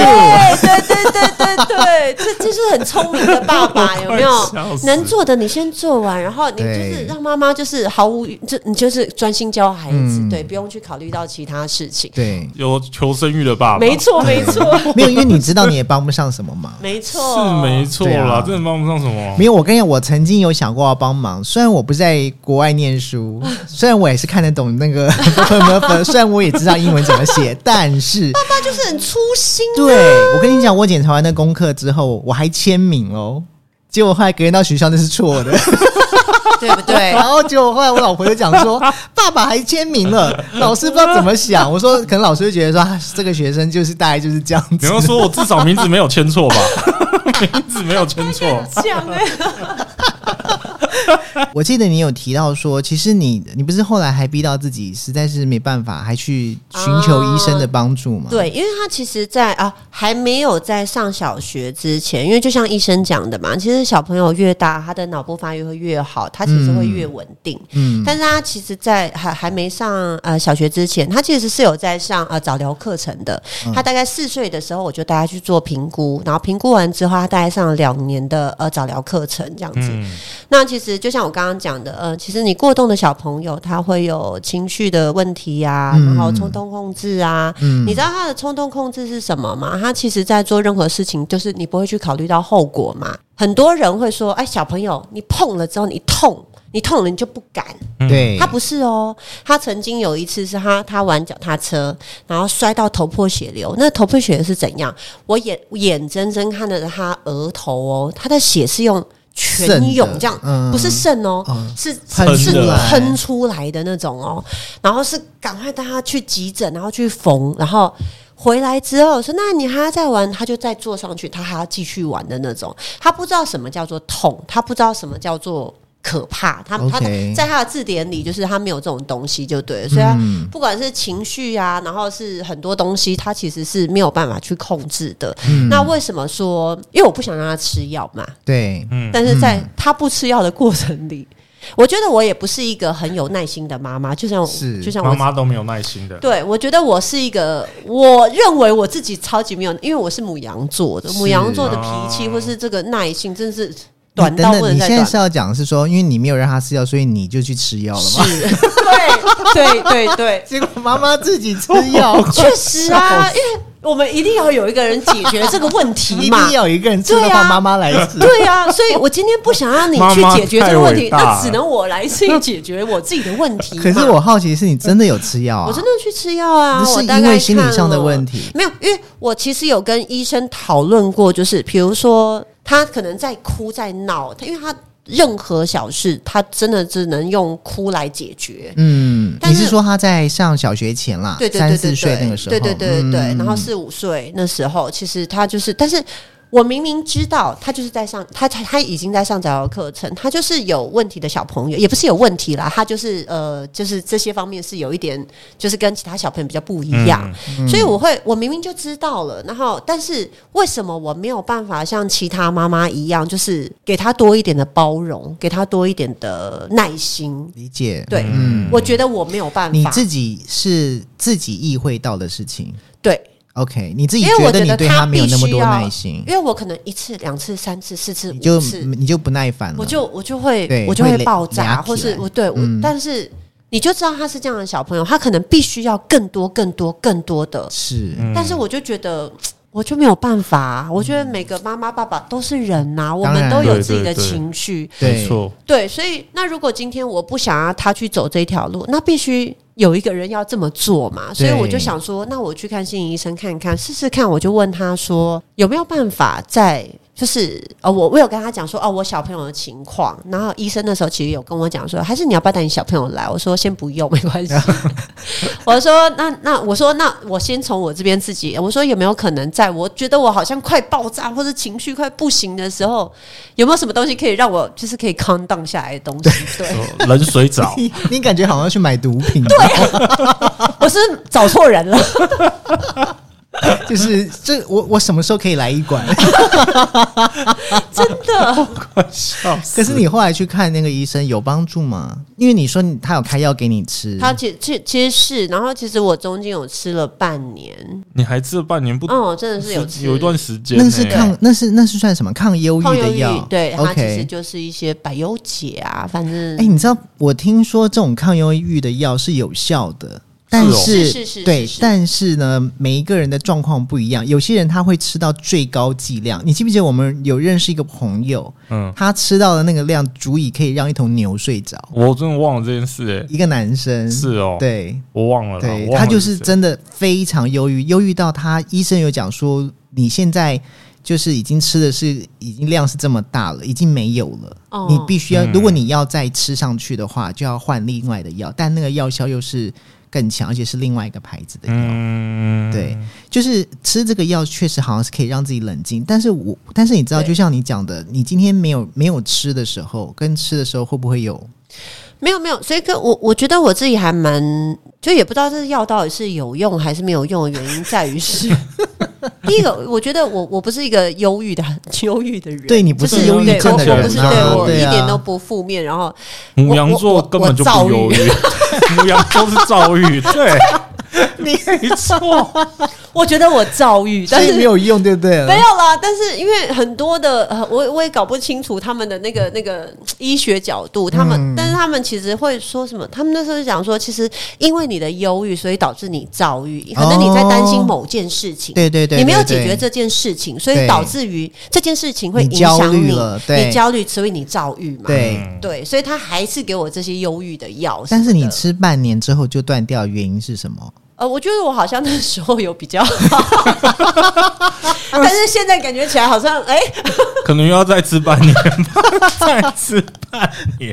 [SPEAKER 3] 对，这是很聪明的爸爸，有没有？能做的你先做完，然后你就是让妈妈就是毫无，你就是专心教孩子，对，不用去考虑到其他事情。
[SPEAKER 1] 对，
[SPEAKER 2] 有求生欲的爸爸，
[SPEAKER 3] 没错。
[SPEAKER 1] 没有，因为你知道你也帮不上什么忙，
[SPEAKER 3] 没错，
[SPEAKER 2] 是没错啦，真的帮不上什么。
[SPEAKER 1] 没有，我跟你讲，我曾经有想过要帮忙，虽然我不在国外念书，虽然我也是看得懂那个虽然我也知道英文怎么写，但是
[SPEAKER 3] 爸爸就是很粗心。
[SPEAKER 1] 对，我跟你讲，我检查完那功课之后，我还签名哦，结果后来隔天到学校那是错的。
[SPEAKER 3] 对不对？
[SPEAKER 1] 然后结果后来我老婆就讲说，爸爸还签名了，老师不知道怎么想。我说，可能老师就觉得说，这个学生就是大概就是这样子。
[SPEAKER 2] 你要说我至少名字没有签错吧？名字没有签错。
[SPEAKER 1] 我记得你有提到说，其实你不是后来还逼到自己实在是没办法，还去寻求医生的帮助吗？
[SPEAKER 3] 对，因为他其实在还没有在上小学之前，因为就像医生讲的嘛，其实小朋友越大，他的脑部发育会越好，他其实会越稳定。但是他其实在还没上小学之前，他其实是有在上早疗课程的。他大概4岁的时候，我就带他去做评估，然后评估完之后，他大概上了2年的早疗课程这样子。那其实就像我刚刚讲的，其实你过动的小朋友他会有情绪的问题啊，然后冲动控制啊。你知道他的冲动控制是什么吗？他其实在做任何事情，就是你不会去考虑到后果嘛。很多人会说，小朋友你碰了之后你痛了你就不敢。
[SPEAKER 1] 对，
[SPEAKER 3] 他不是哦，他曾经有一次是他玩脚踏车，然后摔到头破血流。那头破血流是怎样？我眼睁睁看着他额头哦，他的血是用全涌这样，不是渗哦，是喷出来的那种哦。然后是赶快带他去急诊，然后去缝，然后回来之后说：“那你还要再玩？”他就再坐上去，他还要继续玩的那种。他不知道什么叫做痛，他不知道什么叫做可怕，他在他的字典里就是他没有这种东西就对了，所以他不管是情绪啊，然后是很多东西他其实是没有办法去控制的。那为什么说？因为我不想让他吃药嘛，
[SPEAKER 1] 对，
[SPEAKER 3] 但是在他不吃药的过程里，我觉得我也不是一个很有耐心的妈妈，就像
[SPEAKER 2] 妈妈都没有耐心的。
[SPEAKER 3] 对，我觉得我是一个，我认为我自己超级没有，因为我是牡羊座的，牡羊座的脾气或是这个耐性真是短到不能再短。
[SPEAKER 1] 你现在是要讲是说，因为你没有让他吃药，所以你就去吃药了吗？
[SPEAKER 3] 是，对，
[SPEAKER 1] 结果妈妈自己吃药，
[SPEAKER 3] 确实啊，因为我们一定要有一个人解决这个问题嘛，
[SPEAKER 1] 一定要有一个人吃的话，妈妈来吃。
[SPEAKER 3] 对啊，所以我今天不想让你去解决这个问题，那只能我来去解决我自己的问题。
[SPEAKER 1] 可是我好奇是你真的有吃药啊？
[SPEAKER 3] 我真的去吃药啊，
[SPEAKER 1] 是因为心理上的问题？
[SPEAKER 3] 没有，因为我其实有跟医生讨论过，就是比如说他可能在哭在闹，因为他任何小事他真的只能用哭来解决。
[SPEAKER 1] 你是说他在上小学前啦？
[SPEAKER 3] 对
[SPEAKER 1] 3、4岁那个时候，
[SPEAKER 3] 对，然后4、5岁那时候，其实他就是，但是我明明知道他就是在上，他已经在上早疗课程，他就是有问题的小朋友，也不是有问题啦，他就是就是这些方面是有一点，就是跟其他小朋友比较不一样，所以我明明就知道了，然后但是为什么我没有办法像其他妈妈一样，就是给他多一点的包容，给他多一点的耐心，
[SPEAKER 1] 理解？
[SPEAKER 3] 对，我觉得我没有办法，
[SPEAKER 1] 你自己是自己意会到的事情，
[SPEAKER 3] 对。
[SPEAKER 1] OK， 你自己觉得你对他没有那么多耐心，
[SPEAKER 3] 因为我可能1次、2次、3次、4次、
[SPEAKER 1] 5
[SPEAKER 3] 次，
[SPEAKER 1] 你就不耐烦了，
[SPEAKER 3] 我就会爆炸，或是但是你就知道他是这样的小朋友，他可能必须要更多的，
[SPEAKER 1] 是，
[SPEAKER 3] 但是我就觉得。我就没有办法，我觉得每个妈妈爸爸都是人呐，我们都有自己的情绪，
[SPEAKER 2] 没错，
[SPEAKER 3] 对，所以那如果今天我不想要他去走这条路，那必须有一个人要这么做嘛，所以我就想说，那我去看心理医生看看，试试看，我就问他说有没有办法在。就是我有跟他讲说我小朋友的情况，然后医生那时候其实有跟我讲说，还是你要不要带你小朋友来？我说先不用，没关系。我说那我先从我这边自己，我说有没有可能在我觉得我好像快爆炸或者情绪快不行的时候，有没有什么东西可以让我就是可以 calm down 下来的东西？对，
[SPEAKER 2] 冷水澡。
[SPEAKER 1] 你感觉好像去买毒品，
[SPEAKER 3] 对，我是找错人了。
[SPEAKER 1] 就是我什么时候可以来一管？
[SPEAKER 3] 真的
[SPEAKER 2] 快笑死！
[SPEAKER 1] 可是你后来去看那个医生有帮助吗？因为你说他有开药给你吃，
[SPEAKER 3] 他其实是，然后其实我中间有吃了半年。
[SPEAKER 2] 你还吃了半年不？
[SPEAKER 3] 真的是有吃，
[SPEAKER 2] 有一段时间。
[SPEAKER 1] 那是算什么抗忧郁的药？
[SPEAKER 3] 对，它其实就是一些百忧解啊，反正。
[SPEAKER 1] 你知道我听说这种抗忧郁的药是有效的。但是对，但是呢，每一个人的状况不一样。有些人他会吃到最高剂量。你记不记得我们有认识一个朋友，他吃到的那个量足以可以让一头牛睡着。
[SPEAKER 2] 我真的忘了这件事
[SPEAKER 1] 一个男生
[SPEAKER 2] 是哦，
[SPEAKER 1] 对，
[SPEAKER 2] 我忘了，
[SPEAKER 1] 对，他就是真的非常忧郁到他医生有讲说，你现在就是已经吃的是已经量是这么大了，已经没有了，你必须要，如果你要再吃上去的话，就要换另外的药，但那个药效又是更强，而且是另外一个牌子的药。对，就是吃这个药确实好像是可以让自己冷静，但是你知道，就像你讲的，你今天没有吃的时候，跟吃的时候会不会有？
[SPEAKER 3] 没有，所以我觉得我自己还蛮，就也不知道这药到底是有用还是没有用的原因在于是。第一个，我觉得我不是一个忧郁的人，
[SPEAKER 1] 对，你不是忧郁症的人，
[SPEAKER 3] 我不是，对，我一点都不负面。然后
[SPEAKER 2] 牡羊座根本就不忧郁，牡羊座是躁郁，对，没错。
[SPEAKER 3] 我觉得我躁郁，但是
[SPEAKER 1] 没有用，对不对？
[SPEAKER 3] 没有啦，但是因为很多的我也搞不清楚他们的那个医学角度，但是他们其实会说什么？他们那时候讲说，其实因为你的忧郁，所以导致你躁郁，可能你在担心某件事情，
[SPEAKER 1] 对，
[SPEAKER 3] 你没有解决这件事情，所以导致于这件事情会影响你焦虑，所以你躁郁嘛，对，所以他还是给我这些忧郁的药。
[SPEAKER 1] 但是你吃半年之后就断掉，原因是什么？
[SPEAKER 3] 我觉得我好像那时候有比较好，但是现在感觉起来好像
[SPEAKER 2] 可能又要再吃半年吧，再吃半年。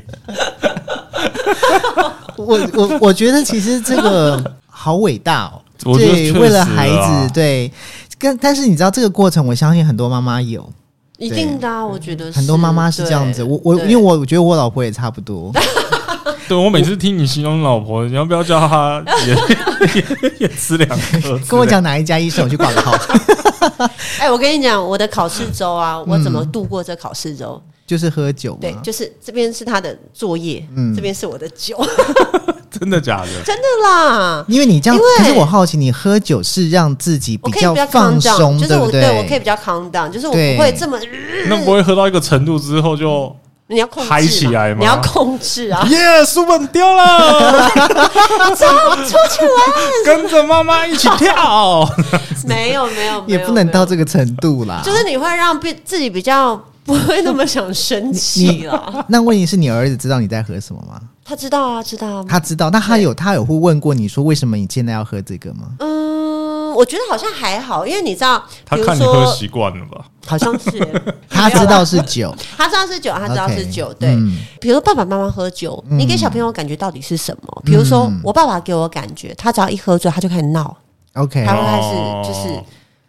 [SPEAKER 1] 我觉得其实这个好伟大哦，
[SPEAKER 2] 对，
[SPEAKER 1] 为了孩子，对，但是你知道这个过程，我相信很多妈妈有。
[SPEAKER 3] 一定的啊，我觉得是
[SPEAKER 1] 很多妈妈是这样子。因为我觉得我老婆也差不多。
[SPEAKER 2] 对，我每次听你形容老婆，你要不要叫她也吃2颗？
[SPEAKER 1] 跟我讲哪一家医生，我去挂个号。
[SPEAKER 3] 我跟你讲，我的考试周啊，我怎么度过这考试周？
[SPEAKER 1] 就是喝酒嘛。
[SPEAKER 3] 对，就是这边是他的作业，这边是我的酒。
[SPEAKER 2] 真的假的？
[SPEAKER 3] 真的啦！
[SPEAKER 1] 因为你这样，可是我好奇，你喝酒是让自己比较放松，
[SPEAKER 3] 就是
[SPEAKER 1] 对不对？
[SPEAKER 3] 对，我可以比较 calm down，就是我不会这么。
[SPEAKER 2] 那不会喝到一个程度之后就
[SPEAKER 3] 你要控制
[SPEAKER 2] 嗨起来吗？
[SPEAKER 3] 你要控制啊！
[SPEAKER 2] 耶，书本丢了，
[SPEAKER 3] 走出去玩，
[SPEAKER 2] 跟着妈妈一起跳。
[SPEAKER 3] 没有，
[SPEAKER 1] 也不能到这个程度啦。
[SPEAKER 3] 就是你会让自己比较不会那么想生气啦。
[SPEAKER 1] 那问题是你儿子知道你在喝什么吗？
[SPEAKER 3] 他知道啊，知道。
[SPEAKER 1] 他知道，那他有会问过你说为什么你现在要喝这个吗？
[SPEAKER 3] 我觉得好像还好，因为你知道，
[SPEAKER 2] 他看你喝习惯了吧？
[SPEAKER 3] 好像是，
[SPEAKER 1] 他知道是酒，
[SPEAKER 3] 他知道是酒，他知道是酒。对，比如爸爸妈妈喝酒，你给小朋友感觉到底是什么？比如说我爸爸给我感觉，他只要一喝醉，他就开始闹。
[SPEAKER 1] OK，
[SPEAKER 3] 他会开始就是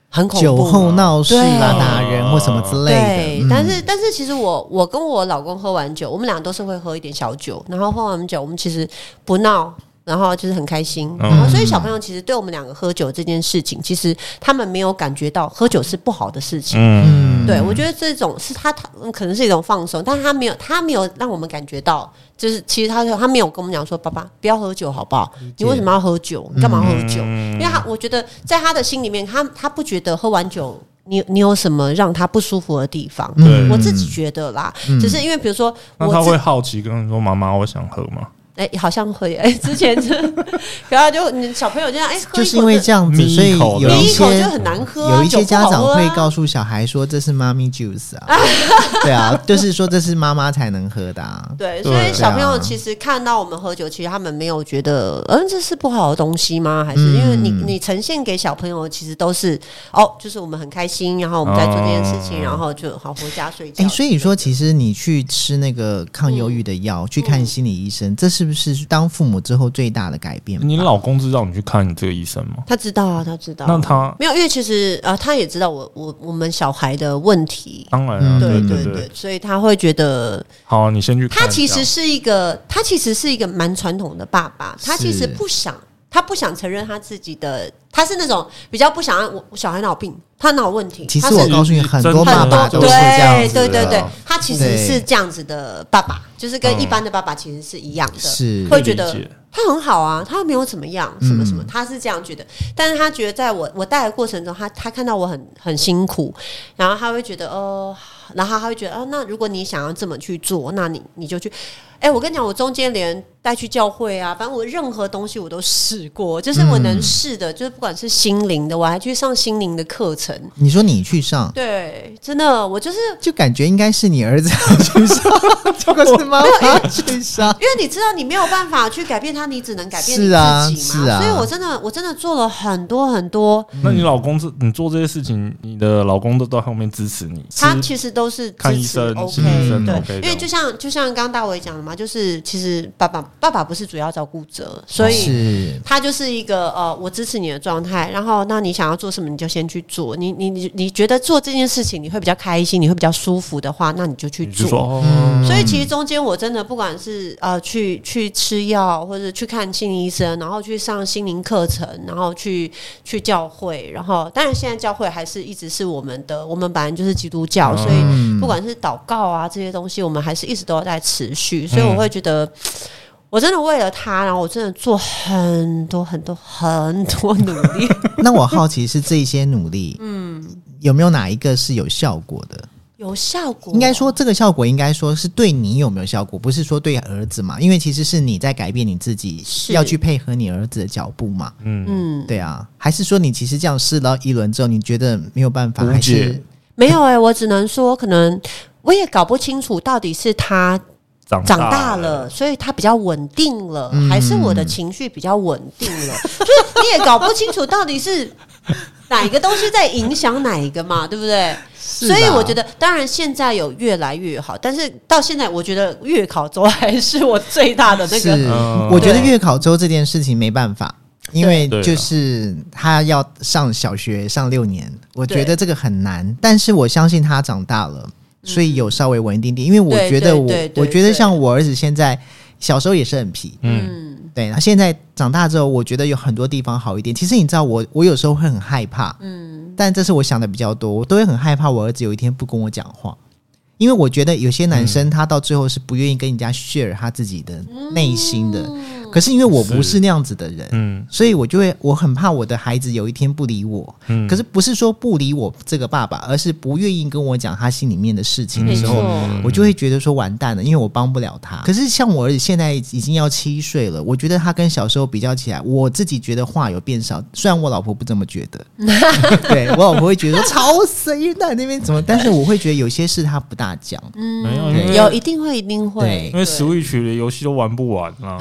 [SPEAKER 3] 很恐怖，
[SPEAKER 1] 酒后闹事啦、打人或什么之类的。
[SPEAKER 3] 对，但是其实我跟我老公喝完酒，我们俩都是会喝一点小酒，然后喝完酒我们其实不闹。然后就是很开心，然后所以小朋友其实对我们两个喝酒这件事情，其实他们没有感觉到喝酒是不好的事情。对，我觉得这种是他可能是一种放松，但是他没有让我们感觉到，就是其实他没有跟我们讲说，爸爸不要喝酒好不好？你为什么要喝酒？你干嘛喝酒？因为我觉得在他的心里面，他不觉得喝完酒。你有什么让他不舒服的地方？我自己觉得啦，只是因为比如说，
[SPEAKER 2] 那他会好奇跟你说：“妈妈，我想喝吗？”
[SPEAKER 3] 好像会之前然后就你小朋友这样
[SPEAKER 1] 就是因为这样子，所以有一些
[SPEAKER 3] 就很难喝
[SPEAKER 1] 有一些家长会告诉小孩说这是妈咪 juice 啊，对啊，就是说这是妈妈才能喝的啊。
[SPEAKER 3] 对，所以小朋友其实看到我们喝酒，其实他们没有觉得这是不好的东西吗？还是因为你呈现给小朋友，其实都是就是我们很开心，然后我们在做这件事情，然后就好回家睡觉。
[SPEAKER 1] 所以说其实你去吃那个抗忧郁的药，去看心理医生，这是不是当父母之后最大的改变？
[SPEAKER 2] 你老公知道你去看你这个医生吗？
[SPEAKER 3] 他知道啊，他知道。
[SPEAKER 2] 那他
[SPEAKER 3] 没有，因为其实他也知道我们小孩的问题。
[SPEAKER 2] 当然啊，
[SPEAKER 3] 对，所以他会觉得
[SPEAKER 2] 好，你先去看。
[SPEAKER 3] 他其实是一个蛮传统的爸爸，他其实不想承认他自己的，他是那种比较不想让我小孩脑病，他脑问题。
[SPEAKER 1] 其实我告诉你，很多爸爸都是这样子的。
[SPEAKER 3] 对，他其实是这样子的爸爸，就是跟一般的爸爸其实是一样的，
[SPEAKER 1] 是
[SPEAKER 3] 会觉得他很好啊，他没有怎么样，什么什么，他是这样觉得。但是他觉得在我带的过程中，他看到我很辛苦，然后他会觉得然后他会觉得那如果你想要这么去做，那你就去。我跟你讲，我中间连带去教会啊，反正我任何东西我都试过，就是我能试的，就是不管是心灵的，我还去上心灵的课程。
[SPEAKER 1] 你说你去上？
[SPEAKER 3] 对，真的，我就感
[SPEAKER 1] 觉应该是你儿子要去上，结果是妈妈去上。
[SPEAKER 3] 因为你知道，你没有办法去改变他，你只能改变你自己嘛。所以我真的做了很多很多。
[SPEAKER 2] 那你老公你做这些事情，你的老公都在后面支持你？
[SPEAKER 3] 他其实都是
[SPEAKER 2] 看医生、
[SPEAKER 3] OK， 对，因为就像刚刚大伟讲的嘛，就是其实爸爸不是主要照顾者，所以他就是一个我支持你的状态，然后那你想要做什么你就先去做，你觉得做这件事情你会比较开心，你会比较舒服的话，那你就去做。所以其实中间我真的不管是去吃药，或者去看心理医生，然后去上心灵课程，然后去教会，然后当然现在教会还是一直是我们本来就是基督教，所以不管是祷告啊这些东西，我们还是一直都在持续，所以我会觉得我真的为了他，然后我真的做很多很多很多努力。
[SPEAKER 1] 那我好奇是这些努力，有没有哪一个是有效果的？
[SPEAKER 3] 有效果，
[SPEAKER 1] 应该说这个效果应该说是对你有没有效果，不是说对儿子嘛，因为其实是你在改变你自己，要去配合你儿子的脚步嘛。对啊，还是说你其实这样试到一轮之后，你觉得没有办法，还是
[SPEAKER 3] 没有我只能说可能我也搞不清楚到底是他长大了，所以他比较稳定了，还是我的情绪比较稳定了？就是你也搞不清楚到底是哪一个东西在影响哪一个嘛，对不对？所以我觉得，当然现在有越来越好，但是到现在，我觉得月考周还是我最大的那个。
[SPEAKER 1] 我觉得月考周这件事情没办法，因为就是他要上小学上6年，我觉得这个很难。但是我相信他长大了。所以有稍微稳定点，因为我觉得我觉得像我儿子现在小时候也是很皮，对，他现在长大之后，我觉得有很多地方好一点。其实你知道我有时候会很害怕，但这是我想的比较多，我都会很害怕我儿子有一天不跟我讲话，因为我觉得有些男生他到最后是不愿意跟人家 share 他自己的内心的。可是因为我不是那样子的人，所以我很怕我的孩子有一天不理我。可是不是说不理我这个爸爸，而是不愿意跟我讲他心里面的事情的时候，我就会觉得说完蛋了，因为我帮不了他。可是像我儿子现在已经要7岁了，我觉得他跟小时候比较起来，我自己觉得话有变少，虽然我老婆不这么觉得，对我老婆会觉得说吵死人在那边怎么，但是我会觉得有些事他不大讲。
[SPEAKER 2] 没
[SPEAKER 3] 有一定会，
[SPEAKER 1] 对，
[SPEAKER 2] 因为 Switch 的游戏都玩不完啊。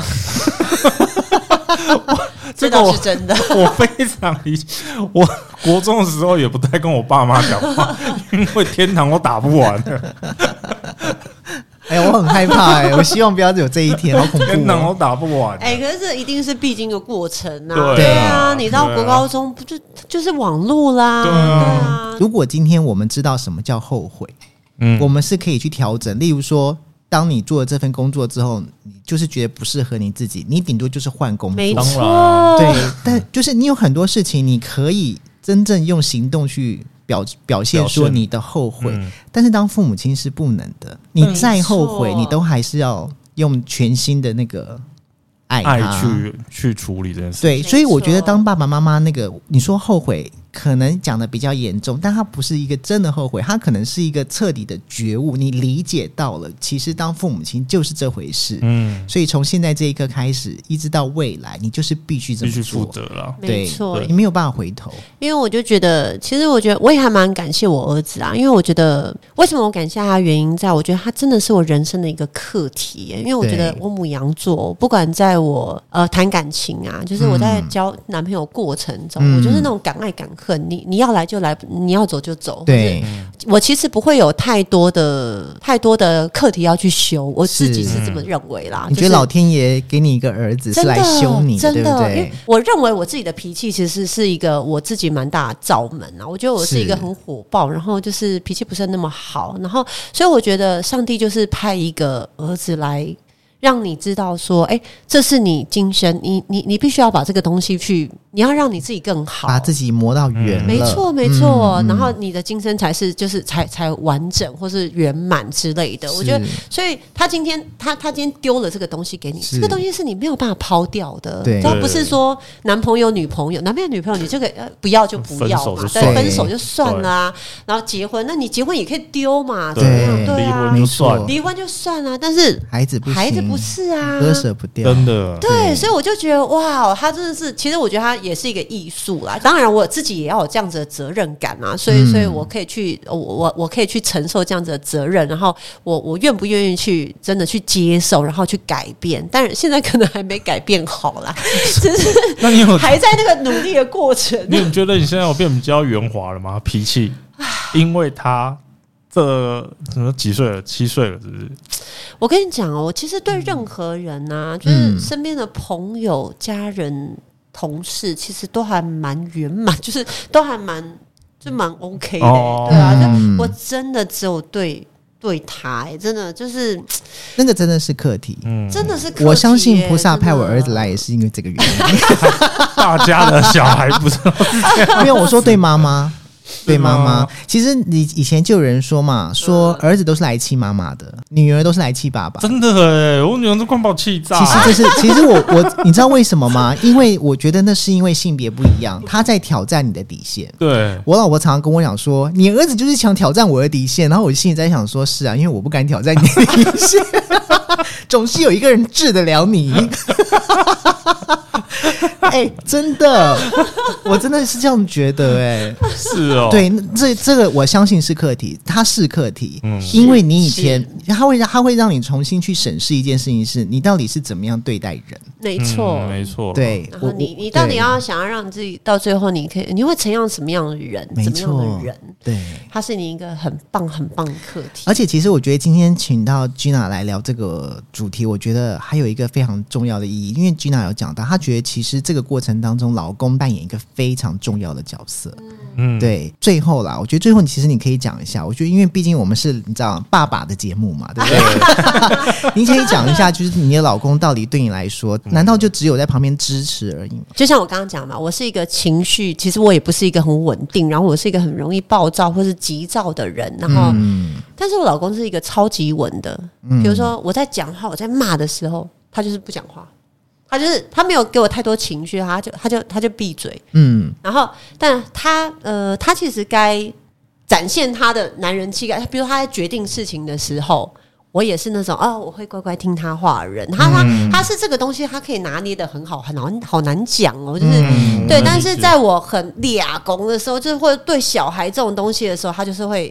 [SPEAKER 3] 这倒是真的，
[SPEAKER 2] 我非常理解。我国中的时候也不太跟我爸妈讲话，因为天堂我打不完的。
[SPEAKER 1] 我很害怕我希望不要有这一天，好恐怖，
[SPEAKER 2] 跟脑打不完。
[SPEAKER 3] 可是这一定是必经的过程
[SPEAKER 2] 啊。
[SPEAKER 3] 对啊，你到国高中不就是网路啦？对啊。
[SPEAKER 1] 如果今天我们知道什么叫后悔，我们是可以去调整。例如说，当你做了这份工作之后，你就是觉得不适合你自己，你顶多就是换工作。
[SPEAKER 3] 没错，
[SPEAKER 1] 对，但就是你有很多事情，你可以真正用行动去表现说你的后悔，但是当父母亲是不能的。你再后悔，你都还是要用全新的那个爱
[SPEAKER 2] 去处理这件事。
[SPEAKER 1] 对，所以我觉得当爸爸妈妈那个你说后悔，可能讲的比较严重，但他不是一个真的后悔，他可能是一个彻底的觉悟，你理解到了其实当父母亲就是这回事。所以从现在这一刻开始一直到未来，你就是必须这么做，
[SPEAKER 2] 必须负责了。
[SPEAKER 3] 没错，
[SPEAKER 1] 你没有办法回头。
[SPEAKER 3] 因为我就觉得，其实我觉得我也还蛮感谢我儿子啊，因为我觉得为什么我感谢他的原因在我觉得他真的是我人生的一个课题因为我觉得我牡羊座不管在我谈感情啊，就是我在交男朋友过程中，我就是那种敢爱敢恨，你要来就来，你要走就走。
[SPEAKER 1] 对，
[SPEAKER 3] 我其实不会有太多的课题要去修，我自己是这么认为啦。
[SPEAKER 1] 你觉得老天爷给你一个儿子是来修你的，对不对？
[SPEAKER 3] 因为我认为我自己的脾气其实是一个我自己蛮大的罩门啊。我觉得我是一个很火爆，然后就是脾气不是那么好，然后所以我觉得上帝就是派一个儿子来。让你知道说，这是你今生，你必须要把这个东西去，你要让你自己更好，
[SPEAKER 1] 把自己磨到圆了。
[SPEAKER 3] 没错，没错。然后你的今生才是就是才完整或是圆满之类的。我觉得，所以他今天丢了这个东西给你，这个东西是你没有办法抛掉的。
[SPEAKER 1] 对，
[SPEAKER 3] 这不是说男朋友女朋友你这个不要就不要嘛，对，分手就算了啊。然后结婚，那你结婚也可以丢嘛，
[SPEAKER 1] 对
[SPEAKER 3] 啊，离婚就算了，但是孩子不是啊，
[SPEAKER 1] 割舍不掉，
[SPEAKER 2] 真的。
[SPEAKER 3] 对，所以我就觉得哇，他真的是，其实我觉得他也是一个艺术啦。当然，我自己也要有这样子的责任感啊，所以我可以去，我可以去承受这样子的责任，然后我愿不愿意去真的去接受，然后去改变。但是现在可能还没改变好啦，只是
[SPEAKER 2] 那你有
[SPEAKER 3] 还在那个努力的过程。
[SPEAKER 2] 你有觉得你现在有变比较圆滑了吗？脾气，因为他。什么几岁了？7岁了，是不是？
[SPEAKER 3] 我跟你讲哦，我其实对任何人啊，就是身边的朋友、家人、同事，其实都还蛮圆满，就是都还蛮 OK 的，对啊。就我真的只有对他，真的就是
[SPEAKER 1] 那个真的是课题，
[SPEAKER 3] 真的是课题。
[SPEAKER 1] 我相信菩萨派我儿子来也是因为这个原因。
[SPEAKER 2] 大家的小孩不知道是这样，
[SPEAKER 1] 没有我说对妈妈。对妈妈，其实你以前就有人说嘛，说儿子都是来气妈妈的，女儿都是来气爸爸。
[SPEAKER 2] 真的我女儿都快把我气炸。
[SPEAKER 1] 其实我你知道为什么吗？因为我觉得那是因为性别不一样，他在挑战你的底线。
[SPEAKER 2] 对，
[SPEAKER 1] 我老婆常常跟我讲说，你儿子就是想挑战我的底线，然后我心里在想说，是啊，因为我不敢挑战你的底线，总是有一个人治得了你。真的，我真的是这样觉得
[SPEAKER 2] 是哦，
[SPEAKER 1] 对，这个我相信是课题，它是课题，因为你以前它会让你重新去审视一件事情，是你到底是怎么样对待人。
[SPEAKER 3] 没错，
[SPEAKER 2] 没错，
[SPEAKER 1] 对。
[SPEAKER 3] 然后你到底要想要让自己到最后，你会成样什么样的人？怎么样的人？
[SPEAKER 1] 对，
[SPEAKER 3] 它是你一个很棒的课题。
[SPEAKER 1] 而且其实我觉得今天请到 Gina 来聊这个主题，我觉得还有一个非常重要的意义，因为 Gina 有讲到，她觉得其实这个过程当中，老公扮演一个非常重要的角色。对。最后啦，我觉得最后其实你可以讲一下，我觉得因为毕竟我们是你知道爸爸的节目嘛，对不对？你可以讲一下，就是你的老公到底对你来说，难道就只有在旁边支持而已吗？
[SPEAKER 3] 就像我刚刚讲嘛，我是一个情绪，其实我也不是一个很稳定，然后我是一个很容易暴躁或是急躁的人，然后，但是我老公是一个超级稳的，比如说我在讲话，我在骂的时候，他就是不讲话。他没有给我太多情绪，他就闭嘴。然后，但他其实该展现他的男人气概。比如说他在决定事情的时候，我也是那种我会乖乖听他话的人。他是这个东西，他可以拿捏的很好，好难讲哦。就是对，但是在我很俩公的时候，就是或者对小孩这种东西的时候，他就是会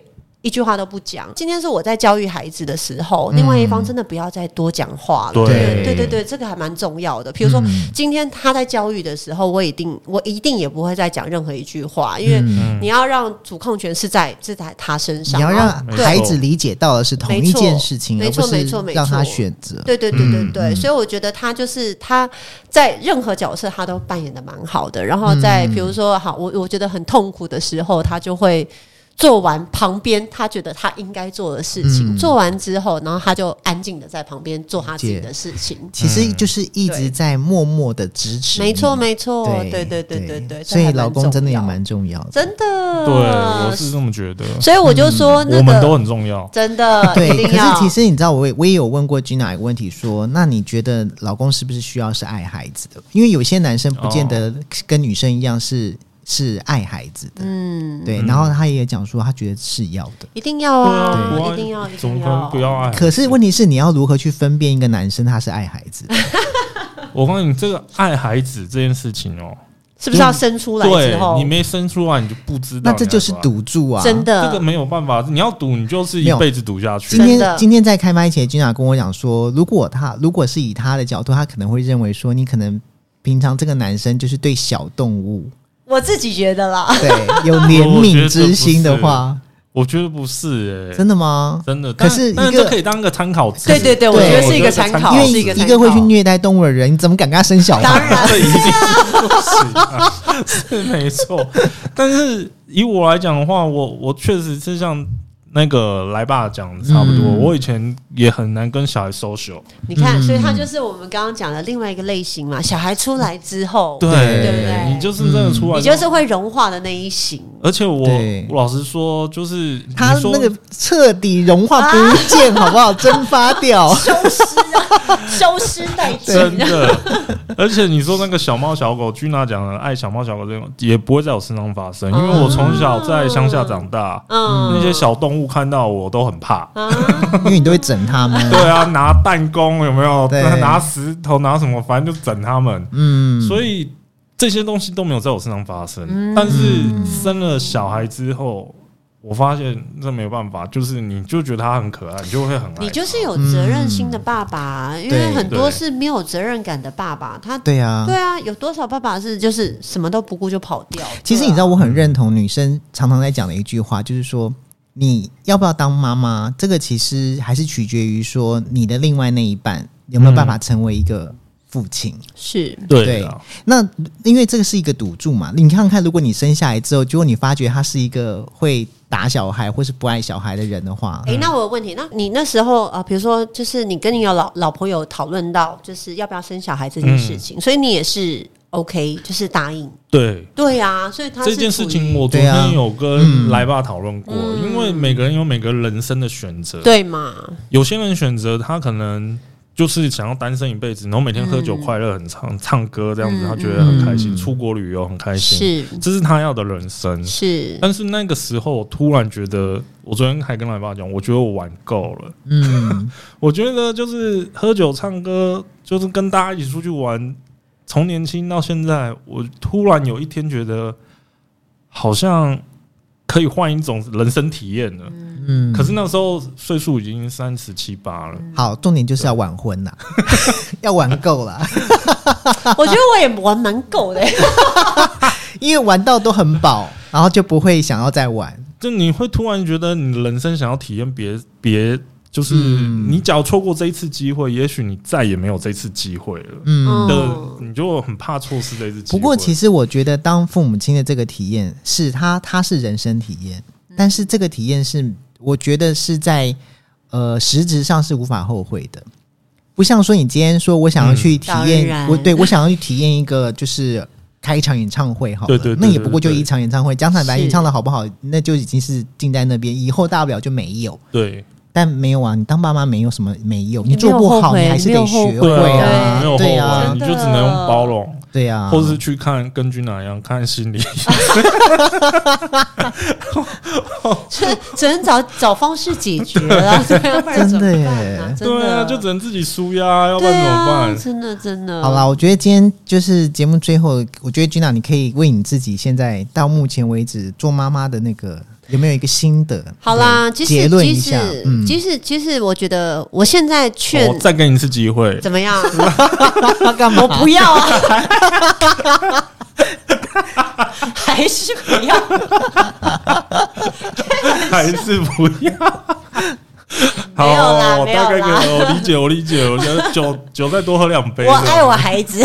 [SPEAKER 3] 一句话都不讲。今天是我在教育孩子的时候，另外一方真的不要再多讲话了。对，这个还蛮重要的。比如说，今天他在教育的时候，我一定也不会再讲任何一句话，因为你要让主控权是在他身上，
[SPEAKER 1] 你要让孩子理解到的是同一件事情，
[SPEAKER 3] 没错，
[SPEAKER 1] 让他选择。
[SPEAKER 3] 对，所以我觉得他就是他在任何角色他都扮演的蛮好的。然后在比如说，好，我觉得很痛苦的时候，他就会做完旁边他觉得他应该做的事情，做完之后，然后他就安静的在旁边做他自己的事情。
[SPEAKER 1] 其实就是一直在默默的支持你。
[SPEAKER 3] 没错，对，
[SPEAKER 1] 所以老公真的也蛮重要的，
[SPEAKER 3] 真的。
[SPEAKER 2] 对，我是这么觉得。
[SPEAKER 3] 所以我就说，
[SPEAKER 2] 我们都很重要，
[SPEAKER 3] 真的。
[SPEAKER 1] 对，可是其实你知道，我也有问过 Gina 一个问题，说，那你觉得老公是不是需要是爱孩子的？因为有些男生不见得跟女生一样是爱孩子的，对，然后他也讲说，他觉得是要的，
[SPEAKER 3] 一定要啊，一定要，
[SPEAKER 2] 怎么可能不要爱？
[SPEAKER 1] 可是问题是，你要如何去分辨一个男生他是爱孩子的？
[SPEAKER 2] 我告诉你，这个爱孩子这件事情哦，
[SPEAKER 3] 是不是要生出来之后？
[SPEAKER 2] 对，你没生出来，你就不知道。
[SPEAKER 1] 那这就是赌注啊！
[SPEAKER 3] 真的，
[SPEAKER 2] 这个没有办法，你要赌，你就是一辈子赌下去。
[SPEAKER 1] 今天在开麦前，Gina跟我讲说，如果是以他的角度，他可能会认为说，你可能平常这个男生就是对小动物。
[SPEAKER 3] 我自己觉得啦，
[SPEAKER 1] 对，有怜悯之心的话，
[SPEAKER 2] 我觉得不是
[SPEAKER 1] 真的吗？
[SPEAKER 2] 真的，
[SPEAKER 1] 可是
[SPEAKER 2] 一个可以当个参考值。
[SPEAKER 3] 对，我觉得是一个参考，
[SPEAKER 1] 因为一个会去虐待动物的人，你怎么敢跟他生小孩？
[SPEAKER 3] 当然，
[SPEAKER 2] 这一定不行，是没错。但是以我来讲的话，我确实是像那个来爸讲的差不多，我以前也很难跟小孩 social。
[SPEAKER 3] 你看，所以他就是我们刚刚讲的另外一个类型嘛。小孩出来之后，
[SPEAKER 2] 对
[SPEAKER 3] 不对？
[SPEAKER 2] 你就是真的出来，
[SPEAKER 3] 你就是会融化的那一型。
[SPEAKER 2] 而且我老实说，就是
[SPEAKER 1] 他那个彻底融化不见，好不好？蒸发掉，
[SPEAKER 3] 消失殆尽。
[SPEAKER 2] 真的。而且你说那个小猫小狗，Gina讲的爱小猫小狗这种，也不会在我身上发生，因为我从小在乡下长大，那些小动物看到我都很怕，
[SPEAKER 1] 因为你都会整他们。
[SPEAKER 2] 对啊，拿弹弓有没有？拿石头拿什么，反正就整他们。所以这些东西都没有在我身上发生。但是生了小孩之后，我发现这没有办法，就是你就觉得他很可爱，你就会很爱他。
[SPEAKER 3] 你就是有责任心的爸爸，因为很多是没有责任感的爸爸。他对啊，有多少爸爸是就是什么都不顾就跑掉？
[SPEAKER 1] 其实你知道，我很认同女生常常在讲的一句话，就是说，你要不要当妈妈，这个其实还是取决于说你的另外那一半有没有办法成为一个父亲。
[SPEAKER 3] 是
[SPEAKER 1] 对。那因为这个是一个赌注嘛，你看看，如果你生下来之后，结果你发觉他是一个会打小孩或是不爱小孩的人的话，
[SPEAKER 3] 那我有问题，那你那时候比如说，就是你跟你老婆有讨论到，就是要不要生小孩这件事情，所以你也是 OK， 就是答应。
[SPEAKER 2] 对
[SPEAKER 3] 啊，所以他
[SPEAKER 2] 这件事情我昨天有跟来爸讨论过，因为每个人有每个人生的选择，
[SPEAKER 3] 对嘛？有
[SPEAKER 2] 些人选择他可能就是想要单身一辈子，然后每天喝酒快乐，很唱歌这样子，他觉得很开心，出国旅游很开心，这是他要的人生。
[SPEAKER 3] 是，
[SPEAKER 2] 但是那个时候我突然觉得，我昨天还跟来爸讲，我觉得我玩够了。我觉得就是喝酒唱歌，就是跟大家一起出去玩。从年轻到现在，我突然有一天觉得，好像可以换一种人生体验了。可是那时候岁数已经37、8了。
[SPEAKER 1] 好，重点就是要晚婚啦，要玩够了。
[SPEAKER 3] 我觉得我也玩蛮够的，
[SPEAKER 1] 因为玩到都很饱，然后就不会想要再玩。
[SPEAKER 2] 就你会突然觉得你的人生想要体验别。就是你只要错过这一次机会，也许你再也没有这次机会了。你就很怕错失这一次机会。
[SPEAKER 1] 不过，其实我觉得当父母亲的这个体验是它是人生体验，但是这个体验是我觉得是在实质上是无法后悔的。不像说你今天说我想要去体验，我想要去体验一个就是开一场演唱会好了，对，那也不过就一场演唱会。讲坦白，你唱的好不好，那就已经是定在那边，以后大不了就没有。
[SPEAKER 2] 对。
[SPEAKER 1] 但没有啊，你当爸妈没有什么没有，你做不好你还是得学会啊，
[SPEAKER 2] 没有后悔啊，你就只能用包容，
[SPEAKER 1] 对啊，
[SPEAKER 2] 或是去看跟Gina一样看心理，
[SPEAKER 3] 只能找方式解决啦，
[SPEAKER 1] 真的耶，
[SPEAKER 2] 对啊，就只能自己舒压，要不然怎么
[SPEAKER 3] 办？真的。
[SPEAKER 1] 好啦，我觉得今天就是节目最后，我觉得Gina你可以为你自己现在到目前为止做妈妈的那个有没有一个心得？
[SPEAKER 3] 好啦，
[SPEAKER 1] 结论一下。
[SPEAKER 3] 其实我觉得我现在劝，
[SPEAKER 2] 我再给你一次机会，
[SPEAKER 3] 怎么样？
[SPEAKER 1] 干嘛？
[SPEAKER 3] 我不要啊！还是不要？
[SPEAKER 2] 还是不要？
[SPEAKER 3] 没有啦，没有啦。
[SPEAKER 2] 我理解。我觉得酒再多喝2杯。
[SPEAKER 3] 我爱我孩子。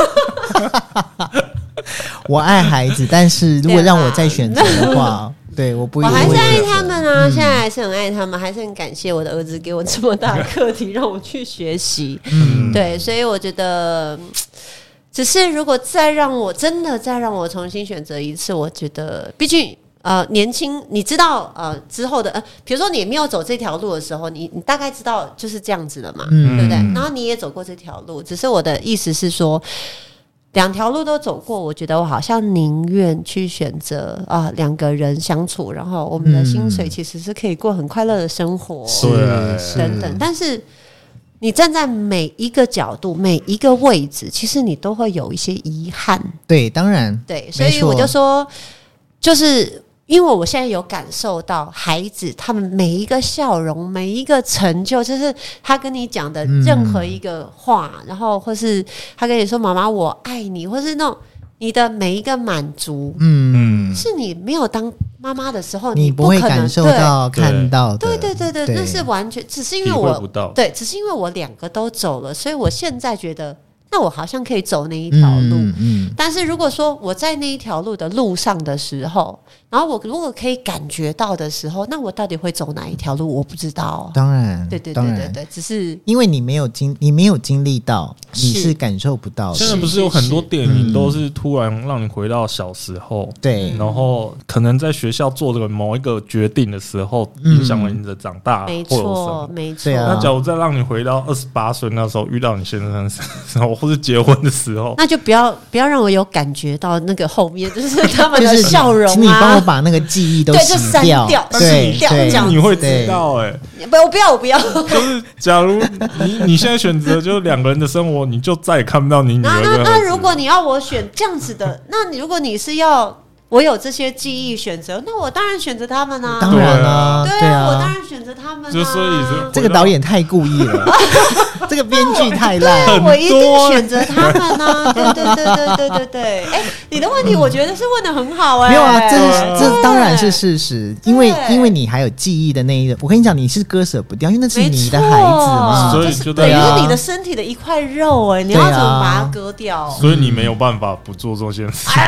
[SPEAKER 1] 我爱孩子，但是如果让我再选择的话，对，我
[SPEAKER 3] 还是爱他们啊！现在还是很爱他们，还是很感谢我的儿子给我这么大的课题，让我去学习。对，所以我觉得，只是如果再让我重新选择一次，我觉得，毕竟年轻，你知道之后的比如说你没有走这条路的时候，你大概知道就是这样子了嘛，对不对？然后你也走过这条路，只是我的意思是说。2条路都走过，我觉得我好像宁愿去选择2个人相处，然后我们的薪水其实是可以过很快乐的生活，等等。但是你站在每一个角度、每一个位置，其实你都会有一些遗憾。
[SPEAKER 1] 对，当然，
[SPEAKER 3] 对，所以我就说，就是因为我现在有感受到孩子他们每一个笑容、每一个成就，就是他跟你讲的任何一个话，然后或是他跟你说“妈妈我爱你”，或是那种你的每一个满足，是你没有当妈妈的时候，
[SPEAKER 1] 你不会感受到、看到的。
[SPEAKER 3] 对，那是完全只是因为只是因为我2个都走了，所以我现在觉得。那我好像可以走那一条路，但是如果说我在那一条路的路上的时候，然后我如果可以感觉到的时候，那我到底会走哪一条路？我不知道。
[SPEAKER 1] 当然，
[SPEAKER 3] 对，只是
[SPEAKER 1] 因为你没有经历到，你是感受不到的。
[SPEAKER 2] 现在不是有很多电影都是突然让你回到小时候，
[SPEAKER 1] 对，
[SPEAKER 2] 然后可能在学校做这个某一个决定的时候，影响了你的长大，
[SPEAKER 3] 没错。
[SPEAKER 2] 那假如再让你回到28岁那时候遇到你先生的时候。或是结婚的时候，
[SPEAKER 3] 那就不要让我有感觉到那个后面就是他们的笑容
[SPEAKER 1] 请你帮我把那个记忆都洗掉，
[SPEAKER 3] 对，
[SPEAKER 2] 这样你会知道
[SPEAKER 3] 我不要。
[SPEAKER 2] 就是假如你现在选择就2个人的生活，你就再也看不到你女儿。
[SPEAKER 3] 那如果你要我选这样子的，那如果你是要。我有这些记忆选择，那我当然选择他们啊！
[SPEAKER 1] 当然啊，
[SPEAKER 3] 对啊，我当然选择他们啊！
[SPEAKER 2] 所以
[SPEAKER 1] 这个导演太故意了，这个编剧太烂，
[SPEAKER 3] 我一定选择他们啊！对，你的问题我觉得是问得很好
[SPEAKER 1] 没有啊，这当然是事实，因为你还有记忆的那一个，我跟你讲，你是割舍不掉，因为那是你的孩子嘛，
[SPEAKER 2] 所以就
[SPEAKER 3] 等于是你的身体的一块肉你要怎么把它割掉？
[SPEAKER 2] 所以你没有办法不做这件事。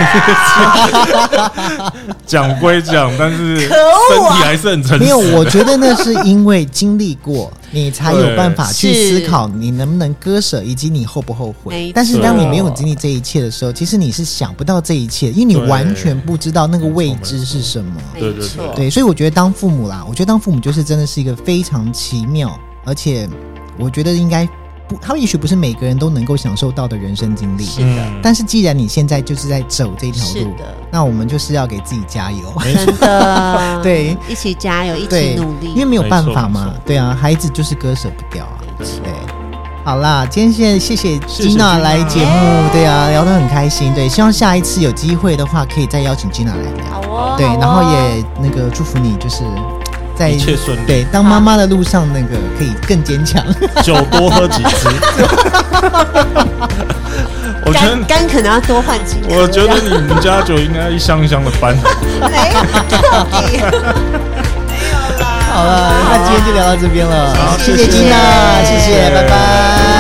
[SPEAKER 2] 讲归讲，但是身体还是很诚实。
[SPEAKER 1] 没有，我觉得那是因为经历过，你才有办法去思考你能不能割舍，以及你后不后悔。但是当你没有经历这一切的时候，其实你是想不到这一切，因为你完全不知道那个未知是什么。对，所以我觉得当父母就是真的是一个非常奇妙，而且我觉得应该。他们也许不是每个人都能够享受到的人生经历，
[SPEAKER 3] 是的。
[SPEAKER 1] 但是既然你现在就是在走这条路，那我们就是要给自己加油，
[SPEAKER 3] 真的，
[SPEAKER 1] 对，
[SPEAKER 3] 一起加油，一起努力，
[SPEAKER 1] 因为没有办法嘛，对啊，孩子就是割舍不掉啊，对。好啦，今天谢谢 Gina 来节目，对啊，聊得很开心，对，希望下一次有机会的话，可以再邀请 Gina 来聊，
[SPEAKER 3] 好哦，
[SPEAKER 1] 对，然后也那个祝福你，就是。在
[SPEAKER 2] 一切顺利，
[SPEAKER 1] 对，当妈妈的路上，那个可以更坚强。
[SPEAKER 2] 酒多喝几支，我觉得
[SPEAKER 3] 肝可能要多换几颗。
[SPEAKER 2] 我觉得你们家酒应该一箱一箱的搬。
[SPEAKER 3] 没有，到底没有啦。
[SPEAKER 1] 好了，那今天就聊到这边了。谢谢 Gina，谢谢，拜拜。